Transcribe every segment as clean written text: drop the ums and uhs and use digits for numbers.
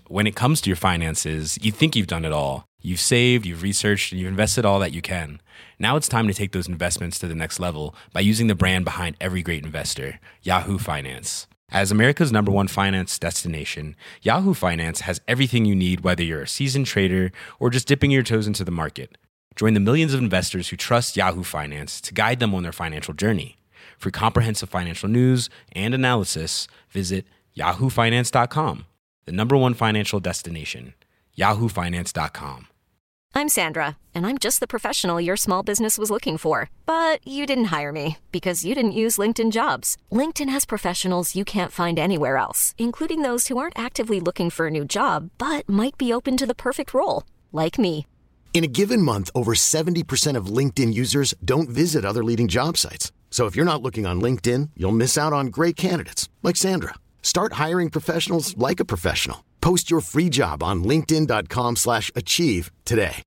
when it comes to your finances, you think you've done it all. You've saved, you've researched, and you've invested all that you can. Now it's time to take those investments to the next level by using the brand behind every great investor, Yahoo Finance. As America's #1 finance destination, Yahoo Finance has everything you need, whether you're a seasoned trader or just dipping your toes into the market. Join the millions of investors who trust Yahoo Finance to guide them on their financial journey. For comprehensive financial news and analysis, visit yahoofinance.com, the #1 financial destination, yahoofinance.com. I'm Sandra, and I'm just the professional your small business was looking for. But you didn't hire me because you didn't use LinkedIn Jobs. LinkedIn has professionals you can't find anywhere else, including those who aren't actively looking for a new job, but might be open to the perfect role, like me. In a given month, over 70% of LinkedIn users don't visit other leading job sites. So if you're not looking on LinkedIn, you'll miss out on great candidates like Sandra. Start hiring professionals like a professional. Post your free job on linkedin.com/achieve today.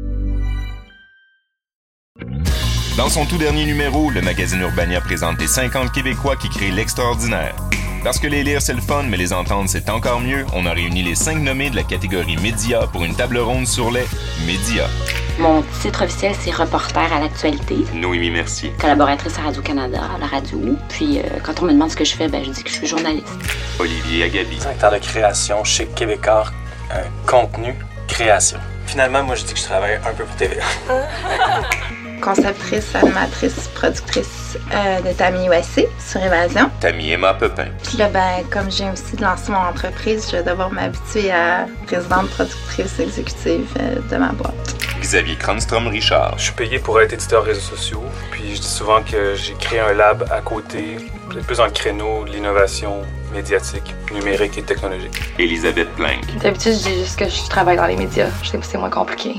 Dans son tout dernier numéro, le magazine Urbania présente les 50 Québécois qui créent l'extraordinaire. Parce que les lire, c'est le fun, mais les entendre, c'est encore mieux, on a réuni les 5 nommés de la catégorie Médias pour une table ronde sur les médias. Mon titre officiel, c'est reporter à l'actualité. Noémie Mercier. Collaboratrice à Radio-Canada, à la radio. Puis quand on me demande ce que je fais, je dis que je suis journaliste. Olivier Agabi. Directeur de création chez Québécois, contenu, création. Finalement, moi, je dis que je travaille un peu pour TVA. Conceptrice, animatrice, productrice de Tammy USA sur Évasion. Tammy Emma Pepin. Puis là, comme je viens aussi de lancer mon entreprise, je vais devoir m'habituer à présidente, productrice, exécutive de ma boîte. Xavier Cronstrom-Richard. Je suis payé pour être éditeur réseaux sociaux, puis je dis souvent que j'ai créé un lab à côté, plus dans le créneau de l'innovation médiatique, numérique et technologique. Elisabeth Plank. D'habitude, je dis juste que je travaille dans les médias. Je sais que c'est moins compliqué.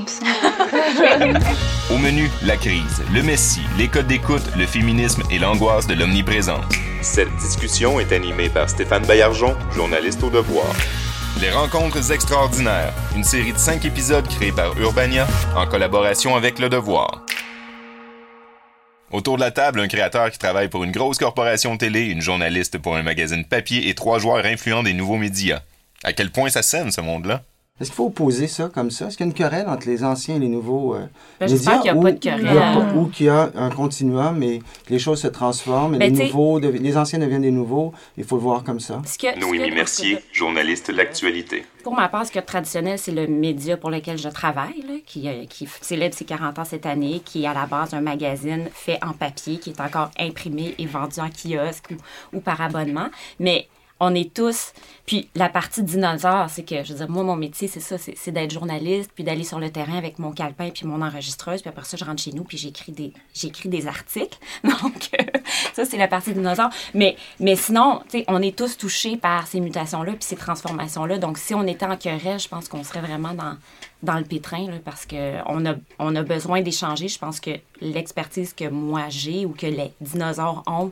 Au menu, la crise, le messie, les codes d'écoute, le féminisme et l'angoisse de l'omniprésence. Cette discussion est animée par Stéphane Baillargeon, journaliste au Devoir. Les rencontres extraordinaires, une série de 5 épisodes créés par Urbania en collaboration avec Le Devoir. Autour de la table, un créateur qui travaille pour une grosse corporation télé, une journaliste pour un magazine papier et 3 joueurs influents des nouveaux médias. À quel point ça sème, ce monde-là? Est-ce qu'il faut opposer ça comme ça? Est-ce qu'il y a une querelle entre les anciens et les nouveaux médias? J'espère qu'il n'y a pas de querelle. Ou qu'il y a un continuum et que les choses se transforment et les anciens deviennent des nouveaux. Il faut le voir comme ça. Noémie Mercier, journaliste de l'actualité. Pour ma part, ce qui est traditionnel, c'est le média pour lequel je travaille, là, qui célèbre ses 40 ans cette année, qui est à la base un magazine fait en papier, qui est encore imprimé et vendu en kiosque ou par abonnement. Mais on est tous... Puis la partie dinosaure, c'est que, je veux dire, moi, mon métier, c'est ça, c'est d'être journaliste, puis d'aller sur le terrain avec mon calepin puis mon enregistreuse, puis après ça, je rentre chez nous, puis j'écris des articles. Donc, ça, c'est la partie dinosaure. Mais sinon, tu sais, on est tous touchés par ces mutations-là puis ces transformations-là. Donc, si on était en querelle, je pense qu'on serait vraiment dans le pétrin, là, parce qu'on a besoin d'échanger. Je pense que l'expertise que moi j'ai ou que les dinosaures ont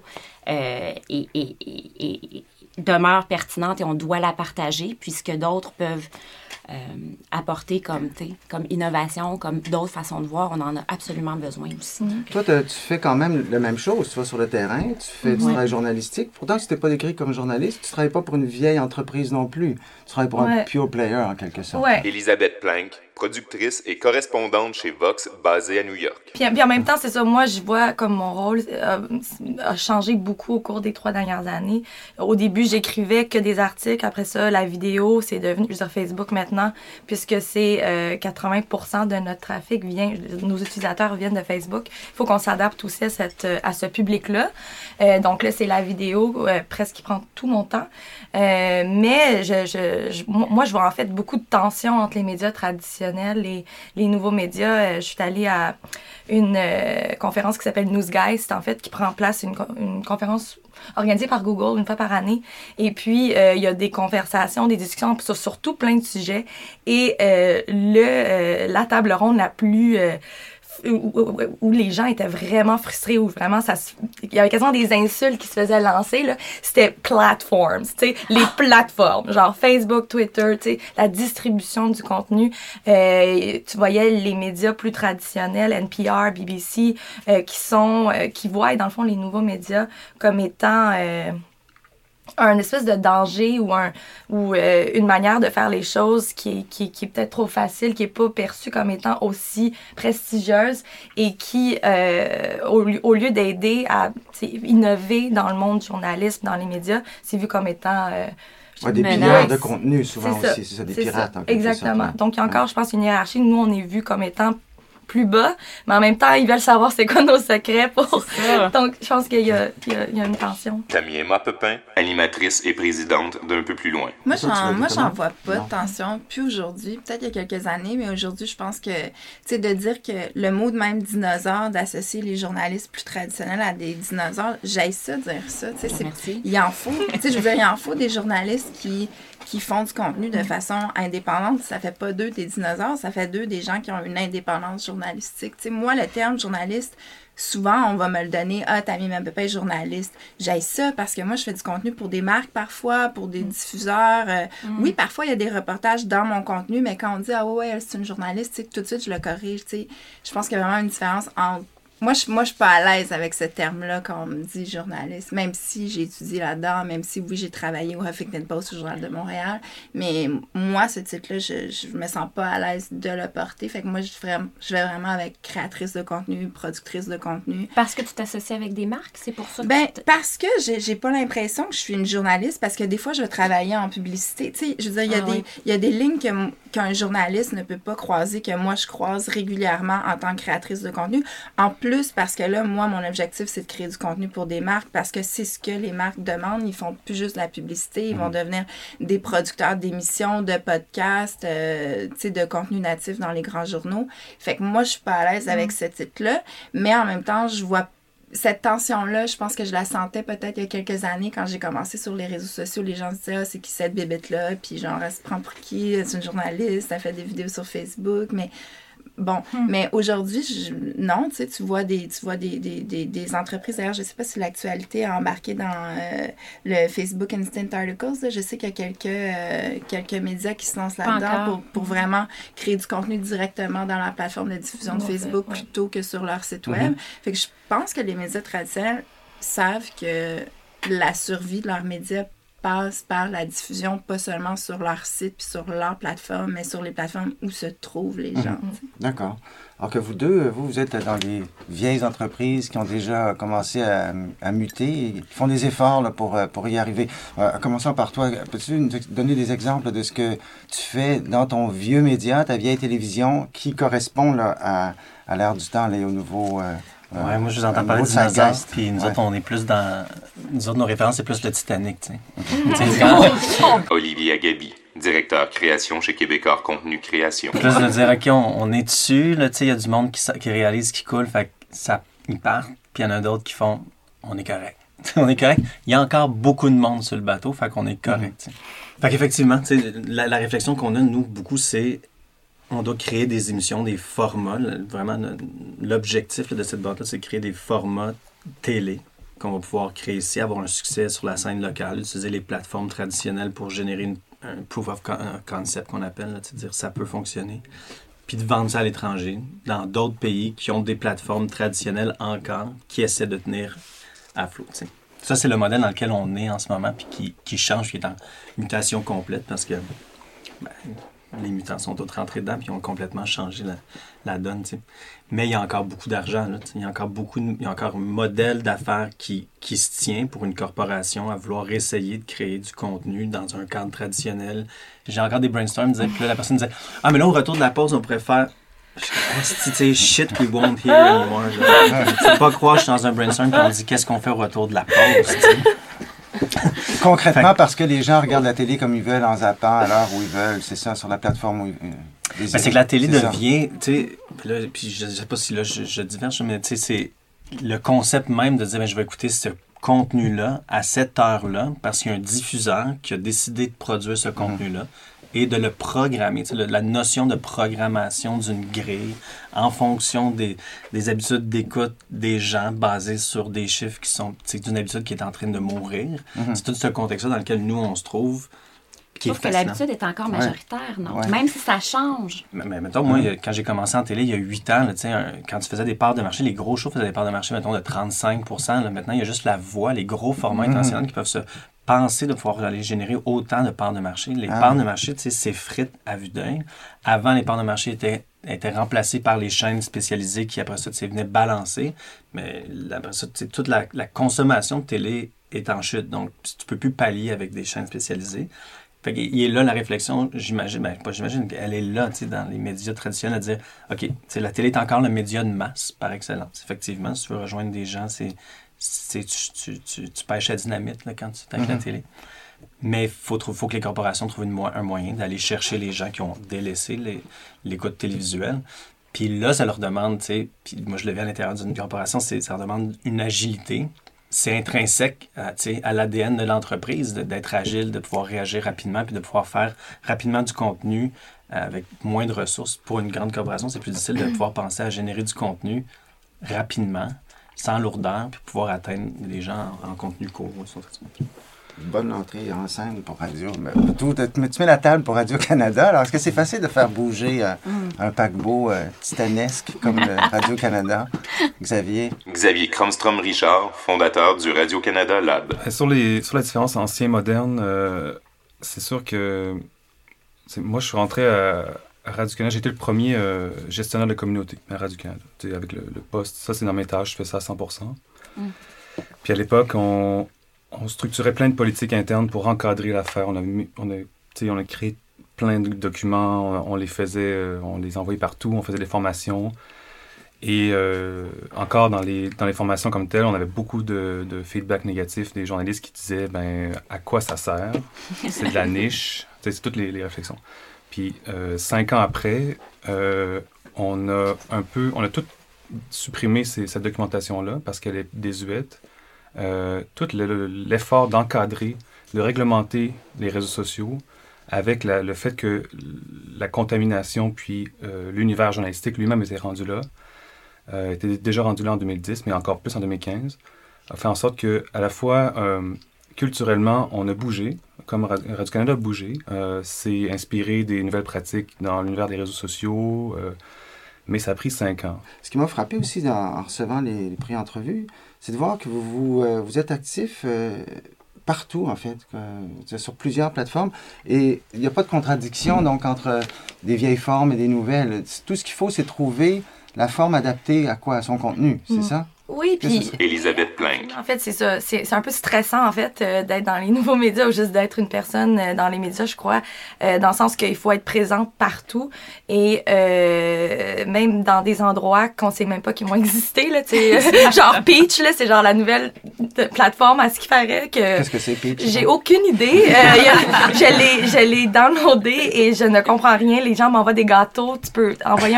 demeure pertinente et on doit la partager, puisque d'autres peuvent apporter comme innovation, comme d'autres façons de voir. On en a absolument besoin aussi. Toi, tu fais quand même la même chose. Tu vas sur le terrain, tu fais du travail journalistique. Pourtant, si tu n'es pas décrit comme journaliste, tu ne travailles pas pour une vieille entreprise non plus. Tu travailles pour un pure player, en quelque sorte. Elisabeth Plank, productrice et correspondante chez Vox, basée à New York. Puis en même temps, c'est ça, moi, je vois comme mon rôle a changé beaucoup au cours des 3 dernières années. Au début, j'écrivais que des articles. Après ça, la vidéo, c'est devenu sur Facebook maintenant, puisque c'est 80% de notre trafic nos utilisateurs viennent de Facebook. Il faut qu'on s'adapte aussi à ce public-là. Donc là, c'est la vidéo presque qui prend tout mon temps. Mais moi, je vois en fait beaucoup de tensions entre les médias traditionnels et les nouveaux médias. Je suis allée à une conférence qui s'appelle Newsgeist, en fait, qui prend en place une conférence organisée par Google une fois par année. Et puis, il y a des conversations, des discussions sur tout plein de sujets. Et la table ronde la plus... où les gens étaient vraiment frustrés, où vraiment il y avait quasiment des insultes qui se faisaient lancer, là, c'était platforms, tu sais, les plateformes, genre Facebook, Twitter, tu sais, la distribution du contenu. Tu voyais les médias plus traditionnels, NPR, BBC, qui voient dans le fond les nouveaux médias comme étant un espèce de danger ou une manière de faire les choses qui est peut-être trop facile, qui est pas perçue comme étant aussi prestigieuse et qui, au lieu d'aider à innover dans le monde du journalisme, dans les médias, c'est vu comme étant... des pilleurs de contenu, souvent aussi. C'est ça, des pirates. Exactement. Donc, il y a encore, je pense, une hiérarchie. Nous, on est vu comme étant plus bas, mais en même temps, ils veulent savoir c'est quoi nos secrets pour... Donc, je pense qu'il y a une tension. Tammy-Emma Pepin, animatrice et présidente d'Un peu plus loin. Moi, j'en vois pas de tension. Puis aujourd'hui, peut-être il y a quelques années, mais aujourd'hui, je pense que, tu sais, de dire que le mot de même dinosaure, d'associer les journalistes plus traditionnels à des dinosaures, j'aille ça dire ça. Tu sais, il en faut. Tu sais, je veux dire, il en faut des journalistes qui font du contenu de façon indépendante. Ça fait pas d'eux des dinosaures, ça fait d'eux des gens qui ont une indépendance journalistique. Tu sais, moi, le terme journaliste, souvent, on va me le donner. Ah, Tammy-Emma Pepin, journaliste. J'aille ça parce que moi, je fais du contenu pour des marques parfois, pour des diffuseurs. Oui, parfois, il y a des reportages dans mon contenu, mais quand on dit, ah ouais, elle, c'est une journaliste, tu sais, tout de suite, je le corrige. Tu sais. Je pense qu'il y a vraiment une différence entre... Moi, je suis pas à l'aise avec ce terme-là quand on me dit journaliste, même si j'ai étudié là-dedans, même si, oui, j'ai travaillé au Huffington Post, au Journal de Montréal. Mais moi, ce titre-là, je me sens pas à l'aise de le porter. Fait que moi, je vais vraiment avec créatrice de contenu, productrice de contenu. Parce que tu t'associes avec des marques, c'est pour ça que parce que j'ai pas l'impression que je suis une journaliste, parce que des fois, je vais travailler en publicité. Tu sais, je veux dire, il y a des lignes qu'un journaliste ne peut pas croiser, que moi, je croise régulièrement en tant que créatrice de contenu. En plus, parce que là, moi, mon objectif, c'est de créer du contenu pour des marques, parce que c'est ce que les marques demandent. Ils font plus juste de la publicité, ils vont devenir des producteurs d'émissions, de podcasts, tu sais, de contenu natif dans les grands journaux. Fait que moi, je suis pas à l'aise avec ce titre-là, mais en même temps, je vois cette tension-là, je pense que je la sentais peut-être il y a quelques années quand j'ai commencé sur les réseaux sociaux. Les gens se disaient, c'est qui cette bébête-là? Puis genre, elle se prend pour qui? C'est une journaliste, elle fait des vidéos sur Facebook, mais... Bon, mais aujourd'hui, non, tu sais, tu vois des entreprises. D'ailleurs, je ne sais pas si l'actualité a embarqué dans le Facebook Instant Articles. Là. Je sais qu'il y a quelques médias qui se lancent là-dedans pour vraiment créer du contenu directement dans la plateforme de diffusion de Facebook plutôt que sur leur site web. Fait que je pense que les médias traditionnels savent que la survie de leurs médias passe par la diffusion, pas seulement sur leur site puis sur leur plateforme, mais sur les plateformes où se trouvent les gens. D'accord. Alors que vous deux, vous êtes dans les vieilles entreprises qui ont déjà commencé à muter et qui font des efforts là, pour y arriver. Commençons par toi. Peux-tu nous donner des exemples de ce que tu fais dans ton vieux média, ta vieille télévision, qui correspond là, à l'ère du temps, là, et au nouveau... Ouais, moi, je vous entends parler de dinosaures, puis nous autres, on est plus dans... Nous autres, nos références, c'est plus le Titanic, tu sais. Olivier Agabi, directeur création chez Québécois Contenu Création. Plus de dire, OK, on est dessus, là, tu sais, il y a du monde qui réalise, qui coule, fait que ils partent, puis il y en a d'autres qui font, on est correct. On est correct. Il y a encore beaucoup de monde sur le bateau, fait qu'on est correct, tu sais. Fait qu'effectivement, tu sais, la réflexion qu'on a, nous, beaucoup, c'est... On doit créer des émissions, des formats. Vraiment, l'objectif de cette boîte-là, c'est de créer des formats télé qu'on va pouvoir créer ici, avoir un succès sur la scène locale, utiliser les plateformes traditionnelles pour générer un proof of concept qu'on appelle, c'est-à-dire ça peut fonctionner, puis de vendre ça à l'étranger, dans d'autres pays qui ont des plateformes traditionnelles encore, qui essaient de tenir à flot. T'sais. Ça, c'est le modèle dans lequel on est en ce moment, puis qui change, qui est en mutation complète, parce que... les mutants sont tous rentrés dedans puis ils ont complètement changé la donne, tu sais. Mais il y a encore beaucoup d'argent, là, il y a encore un modèle d'affaires qui se tient pour une corporation à vouloir essayer de créer du contenu dans un cadre traditionnel. J'ai encore des brainstorms, puis là, la personne disait « Ah, mais là, au retour de la pause, on pourrait faire... » Tu sais, shit we won't hear anymore. Tu peux pas croire que je suis dans un brainstorm et on dit « Qu'est-ce qu'on fait au retour de la pause? » Concrètement, parce que les gens regardent la télé comme ils veulent en zappant à l'heure où ils veulent, c'est ça, sur la plateforme où ils veulent. C'est que la télé devient, tu sais, puis je sais pas si là je diverge, mais tu sais, c'est le concept même de dire, ben, je vais écouter ce contenu-là à cette heure-là, parce qu'il y a un diffuseur qui a décidé de produire ce contenu-là. Et de le programmer, la notion de programmation d'une grille en fonction des habitudes d'écoute des gens basées sur des chiffres qui sont d'une habitude qui est en train de mourir. C'est tout ce contexte-là dans lequel nous, on se trouve. Sauf que l'habitude est encore majoritaire, non? Ouais. Même si ça change. Mais mettons, moi, quand j'ai commencé en télé, il y a 8 ans, là, quand tu faisais des parts de marché, les gros shows faisaient des parts de marché, mettons, de 35 %. Là, maintenant, il y a juste la voix, les gros formats internationaux qui peuvent se penser de pouvoir aller générer autant de parts de marché. Les parts de marché, tu sais, s'effritent à vue d'œil. Avant, les parts de marché étaient remplacées par les chaînes spécialisées qui, après ça, tu sais, venaient balancer. Mais après ça, tu sais, toute la consommation de télé est en chute. Donc, tu peux plus pallier avec des chaînes spécialisées. Fait qu'il est là la réflexion, elle est là, tu sais, dans les médias traditionnels, à dire, OK, tu sais, la télé est encore le média de masse, par excellence. Effectivement, si tu veux rejoindre des gens, tu pêches à dynamite là, quand tu tapes la télé. Mais il faut que les corporations trouvent un moyen d'aller chercher les gens qui ont délaissé l'écoute télévisuelle. Puis là, ça leur demande, tu sais, puis moi je le vis à l'intérieur d'une corporation, ça leur demande une agilité. C'est intrinsèque à l'ADN de l'entreprise d'être agile, de pouvoir réagir rapidement puis de pouvoir faire rapidement du contenu avec moins de ressources. Pour une grande corporation, c'est plus difficile de pouvoir penser à générer du contenu rapidement, sans lourdeur, puis pouvoir atteindre les gens en contenu court. Une bonne entrée en scène pour Radio. Tu mets la table pour Radio-Canada. Alors, est-ce que c'est facile de faire bouger un paquebot titanesque comme le Radio-Canada? Xavier Cronstrom-Richard, fondateur du Radio-Canada Lab. Sur la différence ancien-moderne, c'est sûr que moi, je suis rentré à Radio-Canada. J'ai été le premier gestionnaire de communauté à Radio-Canada. Avec le poste, ça, c'est dans mes tâches. Je fais ça à 100%. Puis à l'époque, on structurait plein de politiques internes pour encadrer l'affaire. On a créé plein de documents, on les faisait, on les envoyait partout, on faisait des formations. Et encore dans les formations comme telles, on avait beaucoup de feedback négatif des journalistes qui disaient à quoi ça sert? C'est de la niche. C'est toutes les réflexions. Puis 5 ans après, on a tout supprimé cette documentation-là parce qu'elle est désuète. Tout l'effort d'encadrer, de réglementer les réseaux sociaux avec le fait que la contamination puis l'univers journalistique lui-même était rendu là, était déjà rendu là en 2010, mais encore plus en 2015, a fait en sorte que à la fois culturellement, on a bougé, comme Radio-Canada a bougé, s'est inspiré des nouvelles pratiques dans l'univers des réseaux sociaux, mais ça a pris 5 ans. Ce qui m'a frappé aussi en recevant les pré-entrevues, c'est de voir que vous êtes actif partout, en fait, sur plusieurs plateformes. Et il n'y a pas de contradiction donc entre des vieilles formes et des nouvelles. Tout ce qu'il faut, c'est trouver la forme adaptée à quoi? À son contenu, c'est ça? Oui, puis... Élisabeth Planck. En fait, c'est ça. C'est un peu stressant, en fait, d'être dans les nouveaux médias ou juste d'être une personne dans les médias, je crois, dans le sens qu'il faut être présent partout et même dans des endroits qu'on sait même pas qu'ils vont exister, là, tu sais, genre Peach, là, c'est genre la nouvelle plateforme à ce qu'il paraît que... Qu'est-ce que c'est, Peach? J'ai aucune idée. Je l'ai downloadé et je ne comprends rien. Les gens m'envoient des gâteaux. Tu peux envoyer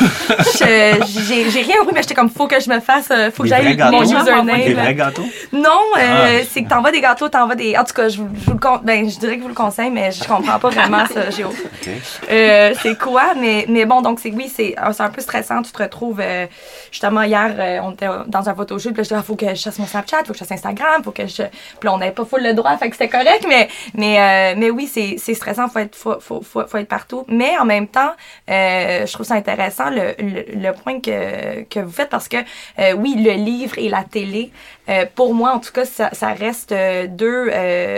j'ai rien compris, mais j'étais comme, faut que je me fasse... faut que j'aille mon username. Des vrais gâteaux? Non, c'est que t'envoies des gâteaux, en tout cas, je dirais que je vous le conseille, mais je comprends pas vraiment ça, Géo. Okay. C'est quoi? Mais bon, donc c'est un peu stressant. Tu te retrouves, justement, hier, on était dans un photoshoot, puis là, je disais, faut que je chasse mon Snapchat, faut que je chasse Instagram, faut que je... Puis là, on n'avait pas full le droit, fait que c'était correct, mais oui, c'est stressant, faut être partout. Mais en même temps, je trouve ça intéressant, le point que vous faites, parce que, oui, le livre et la télé, pour moi, en tout cas, ça reste deux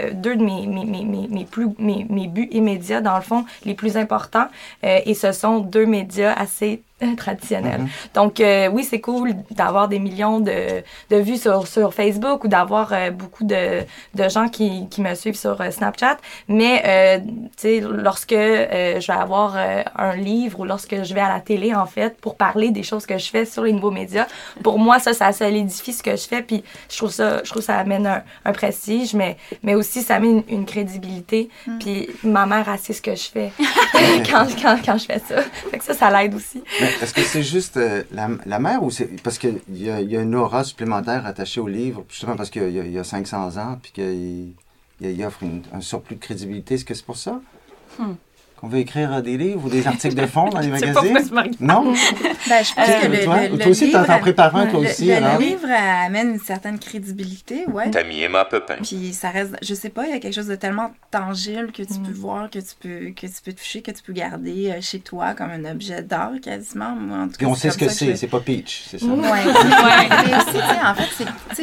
de mes buts immédiats, dans le fond, les plus importants. Et ce sont 2 médias assez traditionnels. Donc, oui, c'est cool d'avoir des millions de vues sur Facebook ou d'avoir beaucoup de gens qui me suivent sur Snapchat. Mais, tu sais, lorsque je vais avoir un livre ou lorsque je vais à la télé, en fait, pour parler des choses que je fais sur les nouveaux médias, pour moi, ça solidifie ce que je fais. Puis, je trouve ça amène un prestige, mais aussi, ça amène une crédibilité. Puis, ma mère, elle sait ce que je fais quand je fais ça. Fait que ça l'aide aussi. Est-ce que c'est juste la mère ou c'est parce qu'il y a une aura supplémentaire attachée au livre, justement parce qu'il y a 500 ans, puis qu'il offre un surplus de crédibilité? Est-ce que c'est pour ça? Qu'on veut écrire des livres ou des articles de fond dans les magazines? Non? Je pense que toi aussi, t'en prépares un, toi aussi. Le livre amène une certaine crédibilité, ouais. Tammy Emma Pepin. Puis ça reste, je sais pas, il y a quelque chose de tellement tangible que tu peux voir, que tu peux toucher, que tu peux garder chez toi comme un objet d'art quasiment. Moi, en tout cas, puis on sait ce que c'est pas Peach, c'est ça? Ouais. Mais aussi, tu sais, en fait,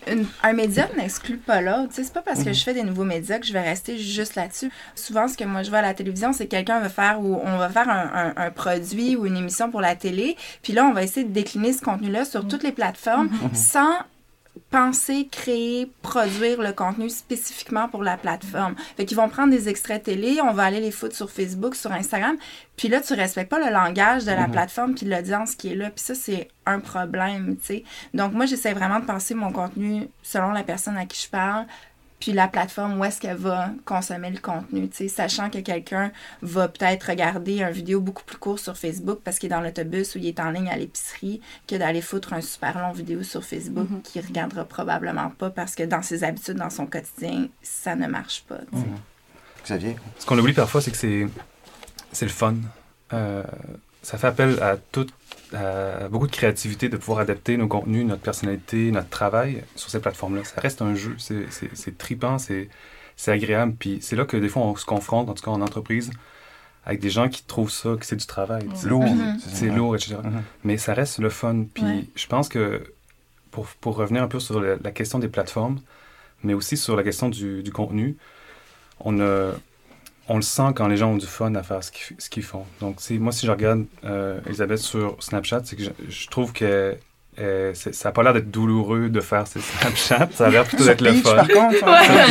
un média n'exclut pas l'autre. Tu sais, c'est pas parce que je fais des nouveaux médias que je vais rester juste là-dessus. Souvent, ce que moi je vois à la télévision, c'est que quelqu'un va faire ou on va faire un produit ou une émission pour la télé, puis là, on va essayer de décliner ce contenu-là sur toutes les plateformes sans penser, créer, produire le contenu spécifiquement pour la plateforme. Fait qu'ils vont prendre des extraits télé, on va aller les foutre sur Facebook, sur Instagram, puis là, tu respectes pas le langage de la plateforme puis l'audience qui est là. Puis ça, c'est un problème, tu sais. Donc, moi, j'essaie vraiment de penser mon contenu selon la personne à qui je parle, puis la plateforme où est-ce qu'elle va consommer le contenu, tu sais, sachant que quelqu'un va peut-être regarder une vidéo beaucoup plus courte sur Facebook parce qu'il est dans l'autobus ou il est en ligne à l'épicerie que d'aller foutre un super long vidéo sur Facebook qu'il ne regardera probablement pas parce que dans ses habitudes, dans son quotidien, ça ne marche pas. Xavier? Ce qu'on oublie parfois, c'est que c'est le fun. Ça fait appel à beaucoup de créativité de pouvoir adapter nos contenus, notre personnalité, notre travail sur ces plateformes-là. Ça reste un jeu, c'est trippant, c'est agréable. Puis c'est là que des fois, on se confronte, en tout cas en entreprise, avec des gens qui trouvent ça, que c'est du travail. Lourd. C'est lourd, etc. Mais ça reste le fun. Puis je pense que, pour revenir un peu sur la question des plateformes, mais aussi sur la question du contenu, on le sent quand les gens ont du fun à faire ce qu'ils font. Donc, moi, si je regarde Elisabeth sur Snapchat, c'est que je trouve que ça n'a pas l'air d'être douloureux de faire ces Snapchat. Ça a l'air plutôt d'être le fun. Par contre,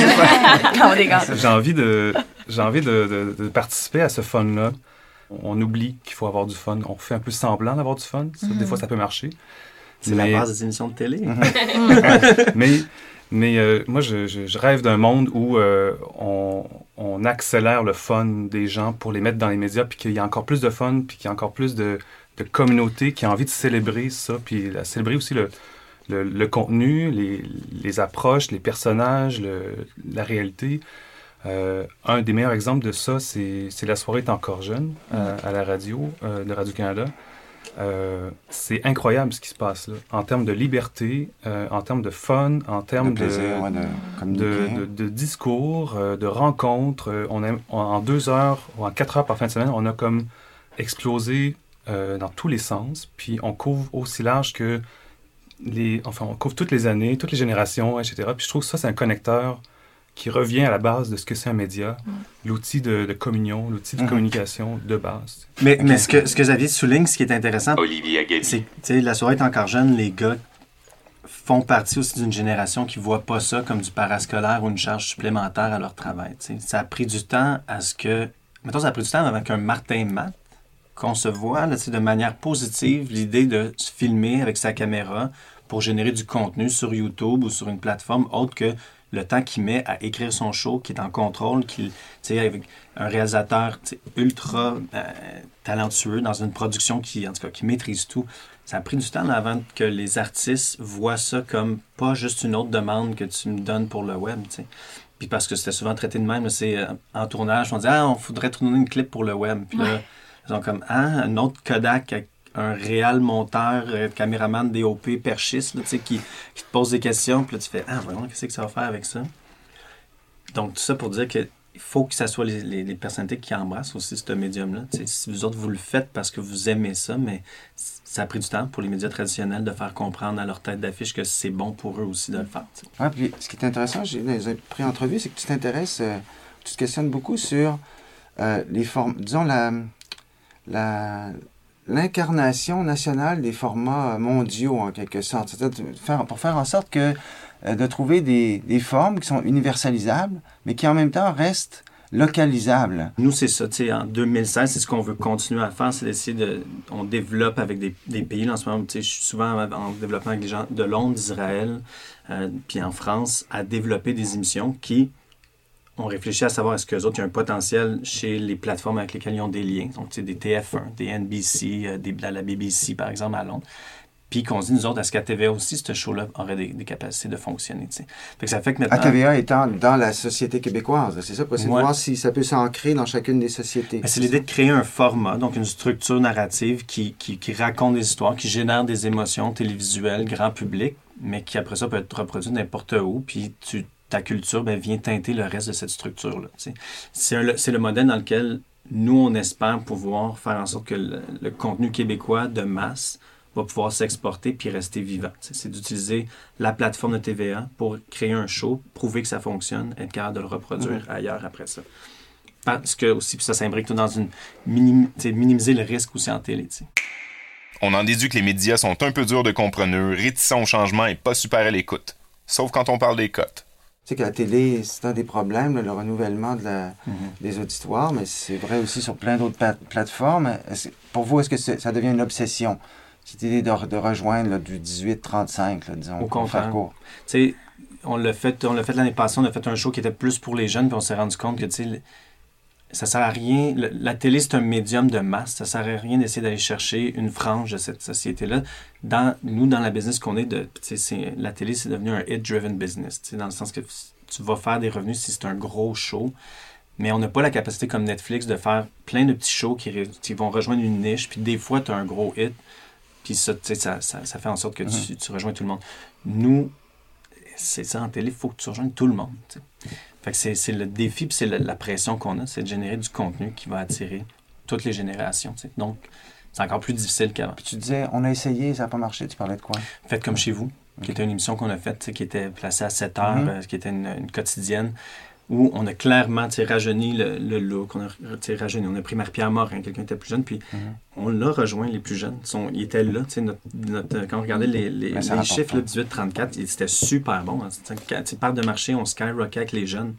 j'ai envie de participer à ce fun-là. On oublie qu'il faut avoir du fun. On fait un peu semblant d'avoir du fun. Ça, des fois, ça peut marcher. C'est la base des émissions de télé. Mais moi, je rêve d'un monde où on accélère le fun des gens pour les mettre dans les médias, puis qu'il y a encore plus de fun, puis qu'il y a encore plus de communauté qui a envie de célébrer ça, puis célébrer aussi le contenu, les approches, les personnages, la réalité. Un des meilleurs exemples de ça, c'est La soirée est encore jeune à la radio de Radio-Canada. C'est incroyable ce qui se passe là, en termes de liberté, en termes de fun, en termes de discours, de rencontres. En 2 heures ou en 4 heures par fin de semaine, on a comme explosé dans tous les sens. Puis on couvre aussi large que on couvre toutes les années, toutes les générations, etc. Puis je trouve que ça, c'est un connecteur qui revient à la base de ce que c'est un média, l'outil de communion, l'outil de communication de base. Mais ce que Xavier souligne, ce qui est intéressant, Olivier Agabi. c'est que La soirée est encore jeune, les gars font partie aussi d'une génération qui ne voit pas ça comme du parascolaire ou une charge supplémentaire à leur travail. T'sais. Ça a pris du temps ça a pris du temps avant qu'un Martin Matt concevoir là, de manière positive l'idée de se filmer avec sa caméra pour générer du contenu sur YouTube ou sur une plateforme autre que le temps qu'il met à écrire son show, qui est en contrôle, avec un réalisateur ultra talentueux dans une production qui maîtrise tout. Ça a pris du temps avant que les artistes voient ça comme pas juste une autre demande que tu me donnes pour le web. T'sais. Puis parce que c'était souvent traité de même, en tournage, on dit « Ah, on faudrait tourner une clip pour le web. » Puis là, ils sont comme « Ah, un autre Kodak avec un réal monteur, caméraman, DOP, perchiste, là, qui te pose des questions, puis là, tu fais « Ah, vraiment, qu'est-ce que ça va faire avec ça? » Donc, tout ça pour dire qu'il faut que ça soit les personnalités qui embrassent aussi ce médium-là. Si vous autres, vous le faites parce que vous aimez ça, mais ça a pris du temps pour les médias traditionnels de faire comprendre à leur tête d'affiche que c'est bon pour eux aussi de le faire. Oui, puis ce qui est intéressant, j'ai pré-entrevue, c'est que tu t'intéresses, tu te questionnes beaucoup sur les formes, disons, l'incarnation nationale des formats mondiaux, en quelque sorte. C'est-à-dire pour faire en sorte que de trouver des formes qui sont universalisables, mais qui en même temps restent localisables. Nous, c'est ça. En 2016, c'est ce qu'on veut continuer à faire, c'est d'essayer on développe avec des pays. Là, en ce moment, je suis souvent en développement avec des gens de Londres, d'Israël, puis en France, à développer des émissions qui... On réfléchit à savoir est-ce qu'eux autres, il y a un potentiel chez les plateformes avec lesquelles ils ont des liens. Donc, des TF1, des NBC, la BBC, par exemple, à Londres. Puis qu'on se dit, nous autres, est-ce qu'à TVA aussi, ce show-là aurait des capacités de fonctionner, Fait que ça fait que maintenant... À TVA étant dans la société québécoise, c'est ça? Pour essayer de voir si ça peut s'ancrer dans chacune des sociétés. C'est l'idée de créer un format, donc une structure narrative qui raconte des histoires, qui génère des émotions télévisuelles, grand public, mais qui, après ça, peut être reproduit n'importe où, puis ta culture vient teinter le reste de cette structure-là. C'est le modèle dans lequel nous, on espère pouvoir faire en sorte que le contenu québécois de masse va pouvoir s'exporter puis rester vivant. C'est d'utiliser la plateforme de TVA pour créer un show, prouver que ça fonctionne, être capable de le reproduire ailleurs après ça. Parce que aussi, puis ça s'imbrique tout dans une minimiser le risque aussi en télé. T'sais. On en déduit que les médias sont un peu durs de compreneur, réticents au changement et pas super à l'écoute. Sauf quand on parle des cotes. Tu sais que la télé, c'est un des problèmes, le renouvellement des auditoires, mais c'est vrai aussi sur plein d'autres plateformes. Pour vous, est-ce que ça devient une obsession? Cette idée de rejoindre là, du 18-35, là, disons, au pour faire contraire. court. Tu sais, on l'a fait l'année passée, on a fait un show qui était plus pour les jeunes, puis on s'est rendu compte que, tu sais, ça sert à rien. La télé, c'est un médium de masse. Ça sert à rien d'essayer d'aller chercher une frange de cette société-là. Dans la business qu'on est, la télé, c'est devenu un hit-driven business. Dans le sens que tu vas faire des revenus si c'est un gros show. Mais on n'a pas la capacité comme Netflix de faire plein de petits shows qui vont rejoindre une niche. Puis des fois, tu as un gros hit. Puis ça fait en sorte que tu rejoins tout le monde. Nous, c'est ça en télé, il faut que tu rejoignes tout le monde. T'sais. Fait que c'est le défi, puis c'est la pression qu'on a, c'est de générer du contenu qui va attirer toutes les générations. T'sais. Donc, c'est encore plus difficile qu'avant. Puis tu disais, on a essayé, ça n'a pas marché. Tu parlais de quoi? Faites comme chez vous, qui était une émission qu'on a faite, qui était placée à 7 heures, qui était une quotidienne, où on a clairement rajeuni le look, on a pris Marie-Pierre Morin, quelqu'un qui était plus jeune, puis on l'a rejoint les plus jeunes. Ils étaient là, quand on regardait les chiffres, 18-34, c'était super bon. Part de marché, on skyrocket avec les jeunes,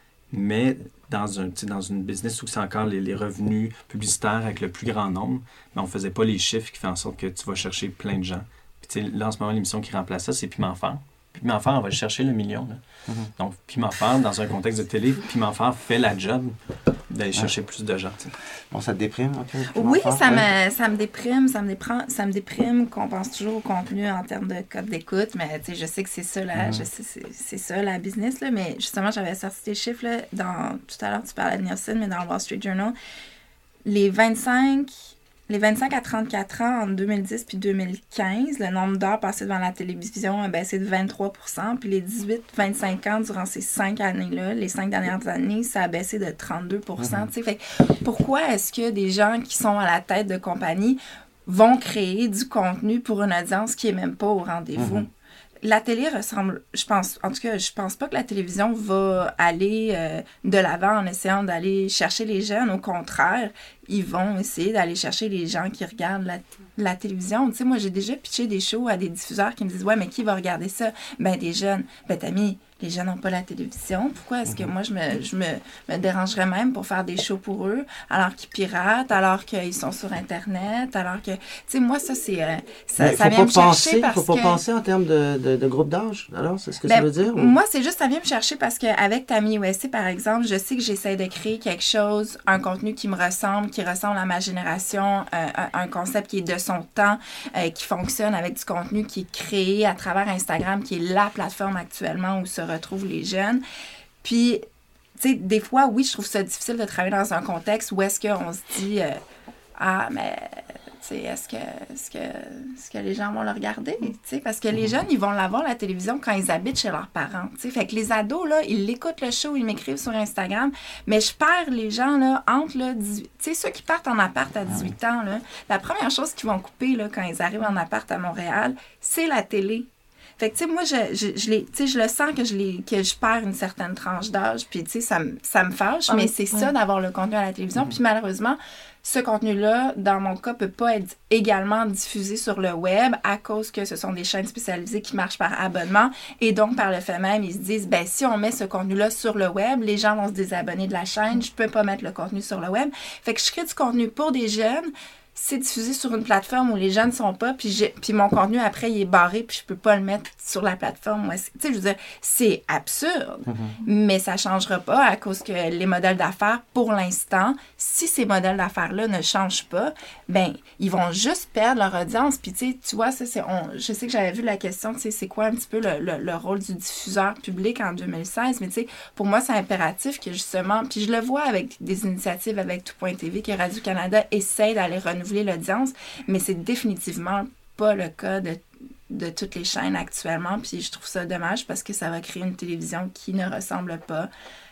mais dans une business où c'est encore les revenus publicitaires avec le plus grand nombre, mais on ne faisait pas les chiffres qui font en sorte que tu vas chercher plein de gens. Puis là, en ce moment, l'émission qui remplace ça, c'est Piment Fort. Piment Fort, on va chercher le million. Là. Donc, Piment Fort, dans un contexte de télé, Piment Fort fait la job d'aller chercher plus de gens. T'sais. Bon, ça te déprime? Okay, oui, ça me déprime. Ça me déprime qu'on pense toujours au contenu en termes de code d'écoute, mais je sais que c'est ça, c'est ça la business. Là, mais justement, j'avais sorti des chiffres. Là, tout à l'heure, tu parlais de Nielsen, mais dans le Wall Street Journal, les 25 à 34 ans, en 2010 puis 2015, le nombre d'heures passées devant la télévision a baissé de 23 %. Puis les 18-25 ans, durant ces 5 années-là, les 5 dernières années, ça a baissé de 32 %. Fait, pourquoi est-ce que des gens qui sont à la tête de compagnie vont créer du contenu pour une audience qui n'est même pas au rendez-vous? La télé ressemble, je pense pas que la télévision va aller de l'avant en essayant d'aller chercher les jeunes. Au contraire, ils vont essayer d'aller chercher les gens qui regardent la télévision. Tu sais, moi, j'ai déjà pitché des shows à des diffuseurs qui me disent « Ouais, mais qui va regarder ça? » Ben, des jeunes. Ben, Tammy, les jeunes n'ont pas la télévision. Pourquoi est-ce que moi, je me dérangerais même pour faire des shows pour eux, alors qu'ils piratent, alors qu'ils sont sur Internet, alors que... Tu sais, moi, ça, c'est... ça vient me chercher parce que... Il ne faut pas penser en termes de groupe d'âge, alors? C'est ce que ça veut dire? Ou... Moi, c'est juste, ça vient me chercher parce qu'avec Tammy USA, par exemple, je sais que j'essaie de créer quelque chose, un contenu qui me ressemble, qui ressemble à ma génération, un concept qui est de son temps, qui fonctionne avec du contenu qui est créé à travers Instagram, qui est la plateforme actuellement où se retrouvent les jeunes. Puis, tu sais, des fois, oui, je trouve ça difficile de travailler dans un contexte où est-ce qu'on se dit ah, mais... Est-ce que les gens vont le regarder? T'sais? Parce que les jeunes, ils vont l'avoir, la télévision, quand ils habitent chez leurs parents. T'sais? Fait que les ados, là, ils l'écoutent le show, ils m'écrivent sur Instagram, mais je perds les gens là, entre là, 18... ceux qui partent en appart à 18 ans, là, la première chose qu'ils vont couper là, quand ils arrivent en appart à Montréal, c'est la télé. Fait que, tu sais, moi, je le sens que je perds une certaine tranche d'âge, puis, tu sais, ça me fâche, mais c'est ça d'avoir le contenu à la télévision. Puis, malheureusement, ce contenu-là, dans mon cas, peut pas être également diffusé sur le web à cause que ce sont des chaînes spécialisées qui marchent par abonnement. Et donc, par le fait même, ils se disent, ben si on met ce contenu-là sur le web, les gens vont se désabonner de la chaîne, je peux pas mettre le contenu sur le web. Fait que je crée du contenu pour des jeunes, c'est diffusé sur une plateforme où les jeunes ne sont pas, puis mon contenu, après, il est barré, puis je peux pas le mettre sur la plateforme. Tu sais, je veux dire, c'est absurde, mais ça changera pas à cause que les modèles d'affaires, pour l'instant, si ces modèles d'affaires-là ne changent pas, ben ils vont juste perdre leur audience. Puis, tu vois, ça, je sais que j'avais vu la question, tu sais, c'est quoi un petit peu le rôle du diffuseur public en 2016, mais tu sais, pour moi, c'est impératif que, justement, puis je le vois avec des initiatives avec Tout.tv, que Radio-Canada essaie d'aller renouveler l'audience, mais c'est définitivement pas le cas de toutes les chaînes actuellement, puis je trouve ça dommage parce que ça va créer une télévision qui ne ressemble pas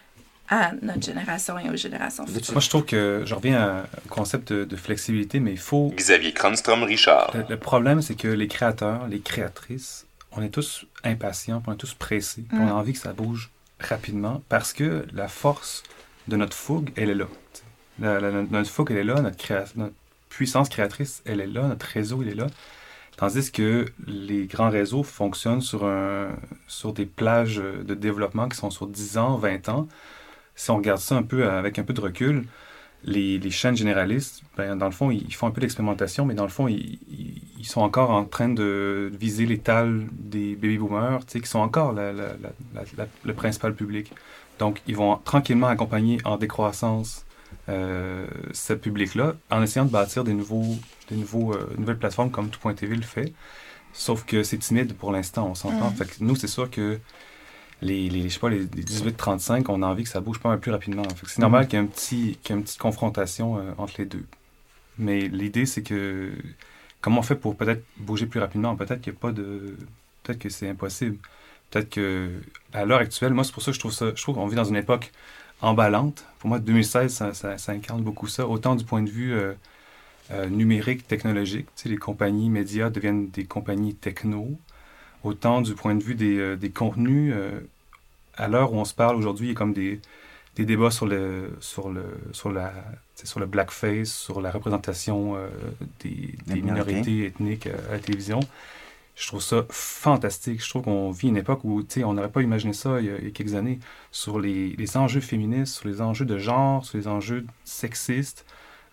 à notre génération et aux générations futures. Moi, je trouve que je reviens au concept de flexibilité, mais il faut... Xavier Cronstrom-Richard. Le problème, c'est que les créateurs, les créatrices, on est tous impatients, on est tous pressés, puis on a envie que ça bouge rapidement parce que la force de notre fougue, elle est là. Notre fougue, elle est là, notre puissance créatrice, elle est là, notre réseau, il est là. Tandis que les grands réseaux fonctionnent sur des plages de développement qui sont sur 10 ans, 20 ans. Si on regarde ça un peu avec un peu de recul, les chaînes généralistes, ben, dans le fond, ils font un peu d'expérimentation, mais dans le fond, ils sont encore en train de viser l'étal des baby-boomers, qui sont encore le principal public. Donc, ils vont tranquillement accompagner en décroissance ce public-là, en essayant de bâtir des nouvelles plateformes comme Tout.tv le fait. Sauf que c'est timide pour l'instant, on s'entend. Fait que nous, c'est sûr que les 18-35, on a envie que ça bouge pas mal plus rapidement. Fait que c'est normal qu'il y ait une petite confrontation entre les deux. Mais l'idée, c'est que comment on fait pour peut-être bouger plus rapidement? Peut-être qu'il n'y a pas de... Peut-être que c'est impossible. Peut-être que à l'heure actuelle, moi, c'est pour ça que je trouve qu'on vit dans une époque emballante. Pour moi, 2016, ça incarne beaucoup ça, autant du point de vue numérique, technologique. Tu sais, les compagnies médias deviennent des compagnies techno. Autant du point de vue des contenus. À l'heure où on se parle aujourd'hui, il y a comme des débats sur le blackface, sur la représentation des minorités ethniques à la télévision. Je trouve ça fantastique. Je trouve qu'on vit une époque où on n'aurait pas imaginé ça il y a quelques années, sur les enjeux féministes, sur les enjeux de genre, sur les enjeux sexistes,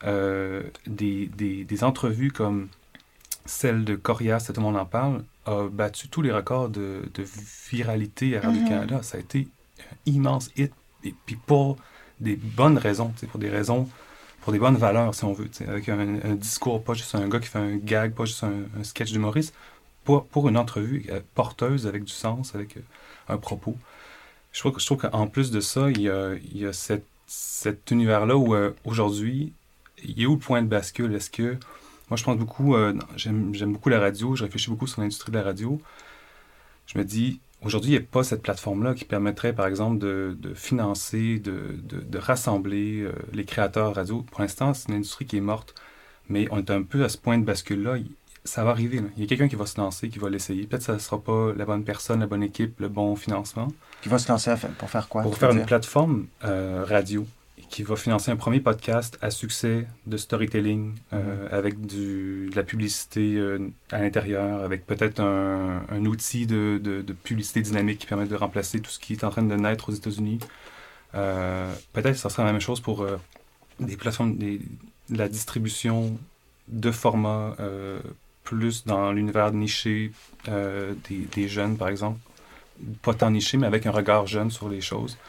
des entrevues comme celle de Corias, tout le monde en parle, a battu tous les records de viralité à Radio-Canada. Ça a été un immense hit, et puis pour des bonnes raisons, pour des bonnes valeurs, si on veut, avec un discours, pas juste un gars qui fait un gag, pas juste un sketch d'humoriste, pour une entrevue porteuse, avec du sens, avec un propos. Je trouve qu'en plus de ça, il y a cet univers-là où aujourd'hui, il y a où le point de bascule? Est-ce que... Moi, je pense beaucoup... j'aime beaucoup la radio, je réfléchis beaucoup sur l'industrie de la radio. Je me dis, aujourd'hui, il n'y a pas cette plateforme-là qui permettrait, par exemple, de financer, de rassembler les créateurs radio. Pour l'instant, c'est une industrie qui est morte, mais on est un peu à ce point de bascule-là. Ça va arriver. Là. Il y a quelqu'un qui va se lancer, qui va l'essayer. Peut-être que ça ne sera pas la bonne personne, la bonne équipe, le bon financement. Qui va se lancer pour faire quoi? Pour faire une plateforme radio qui va financer un premier podcast à succès de storytelling avec de la publicité à l'intérieur, avec peut-être un outil de publicité dynamique qui permet de remplacer tout ce qui est en train de naître aux États-Unis. Peut-être que ça sera la même chose pour des plateformes, de la distribution de formats plus dans l'univers niché des jeunes, par exemple. Pas tant niché, mais avec un regard jeune sur les choses.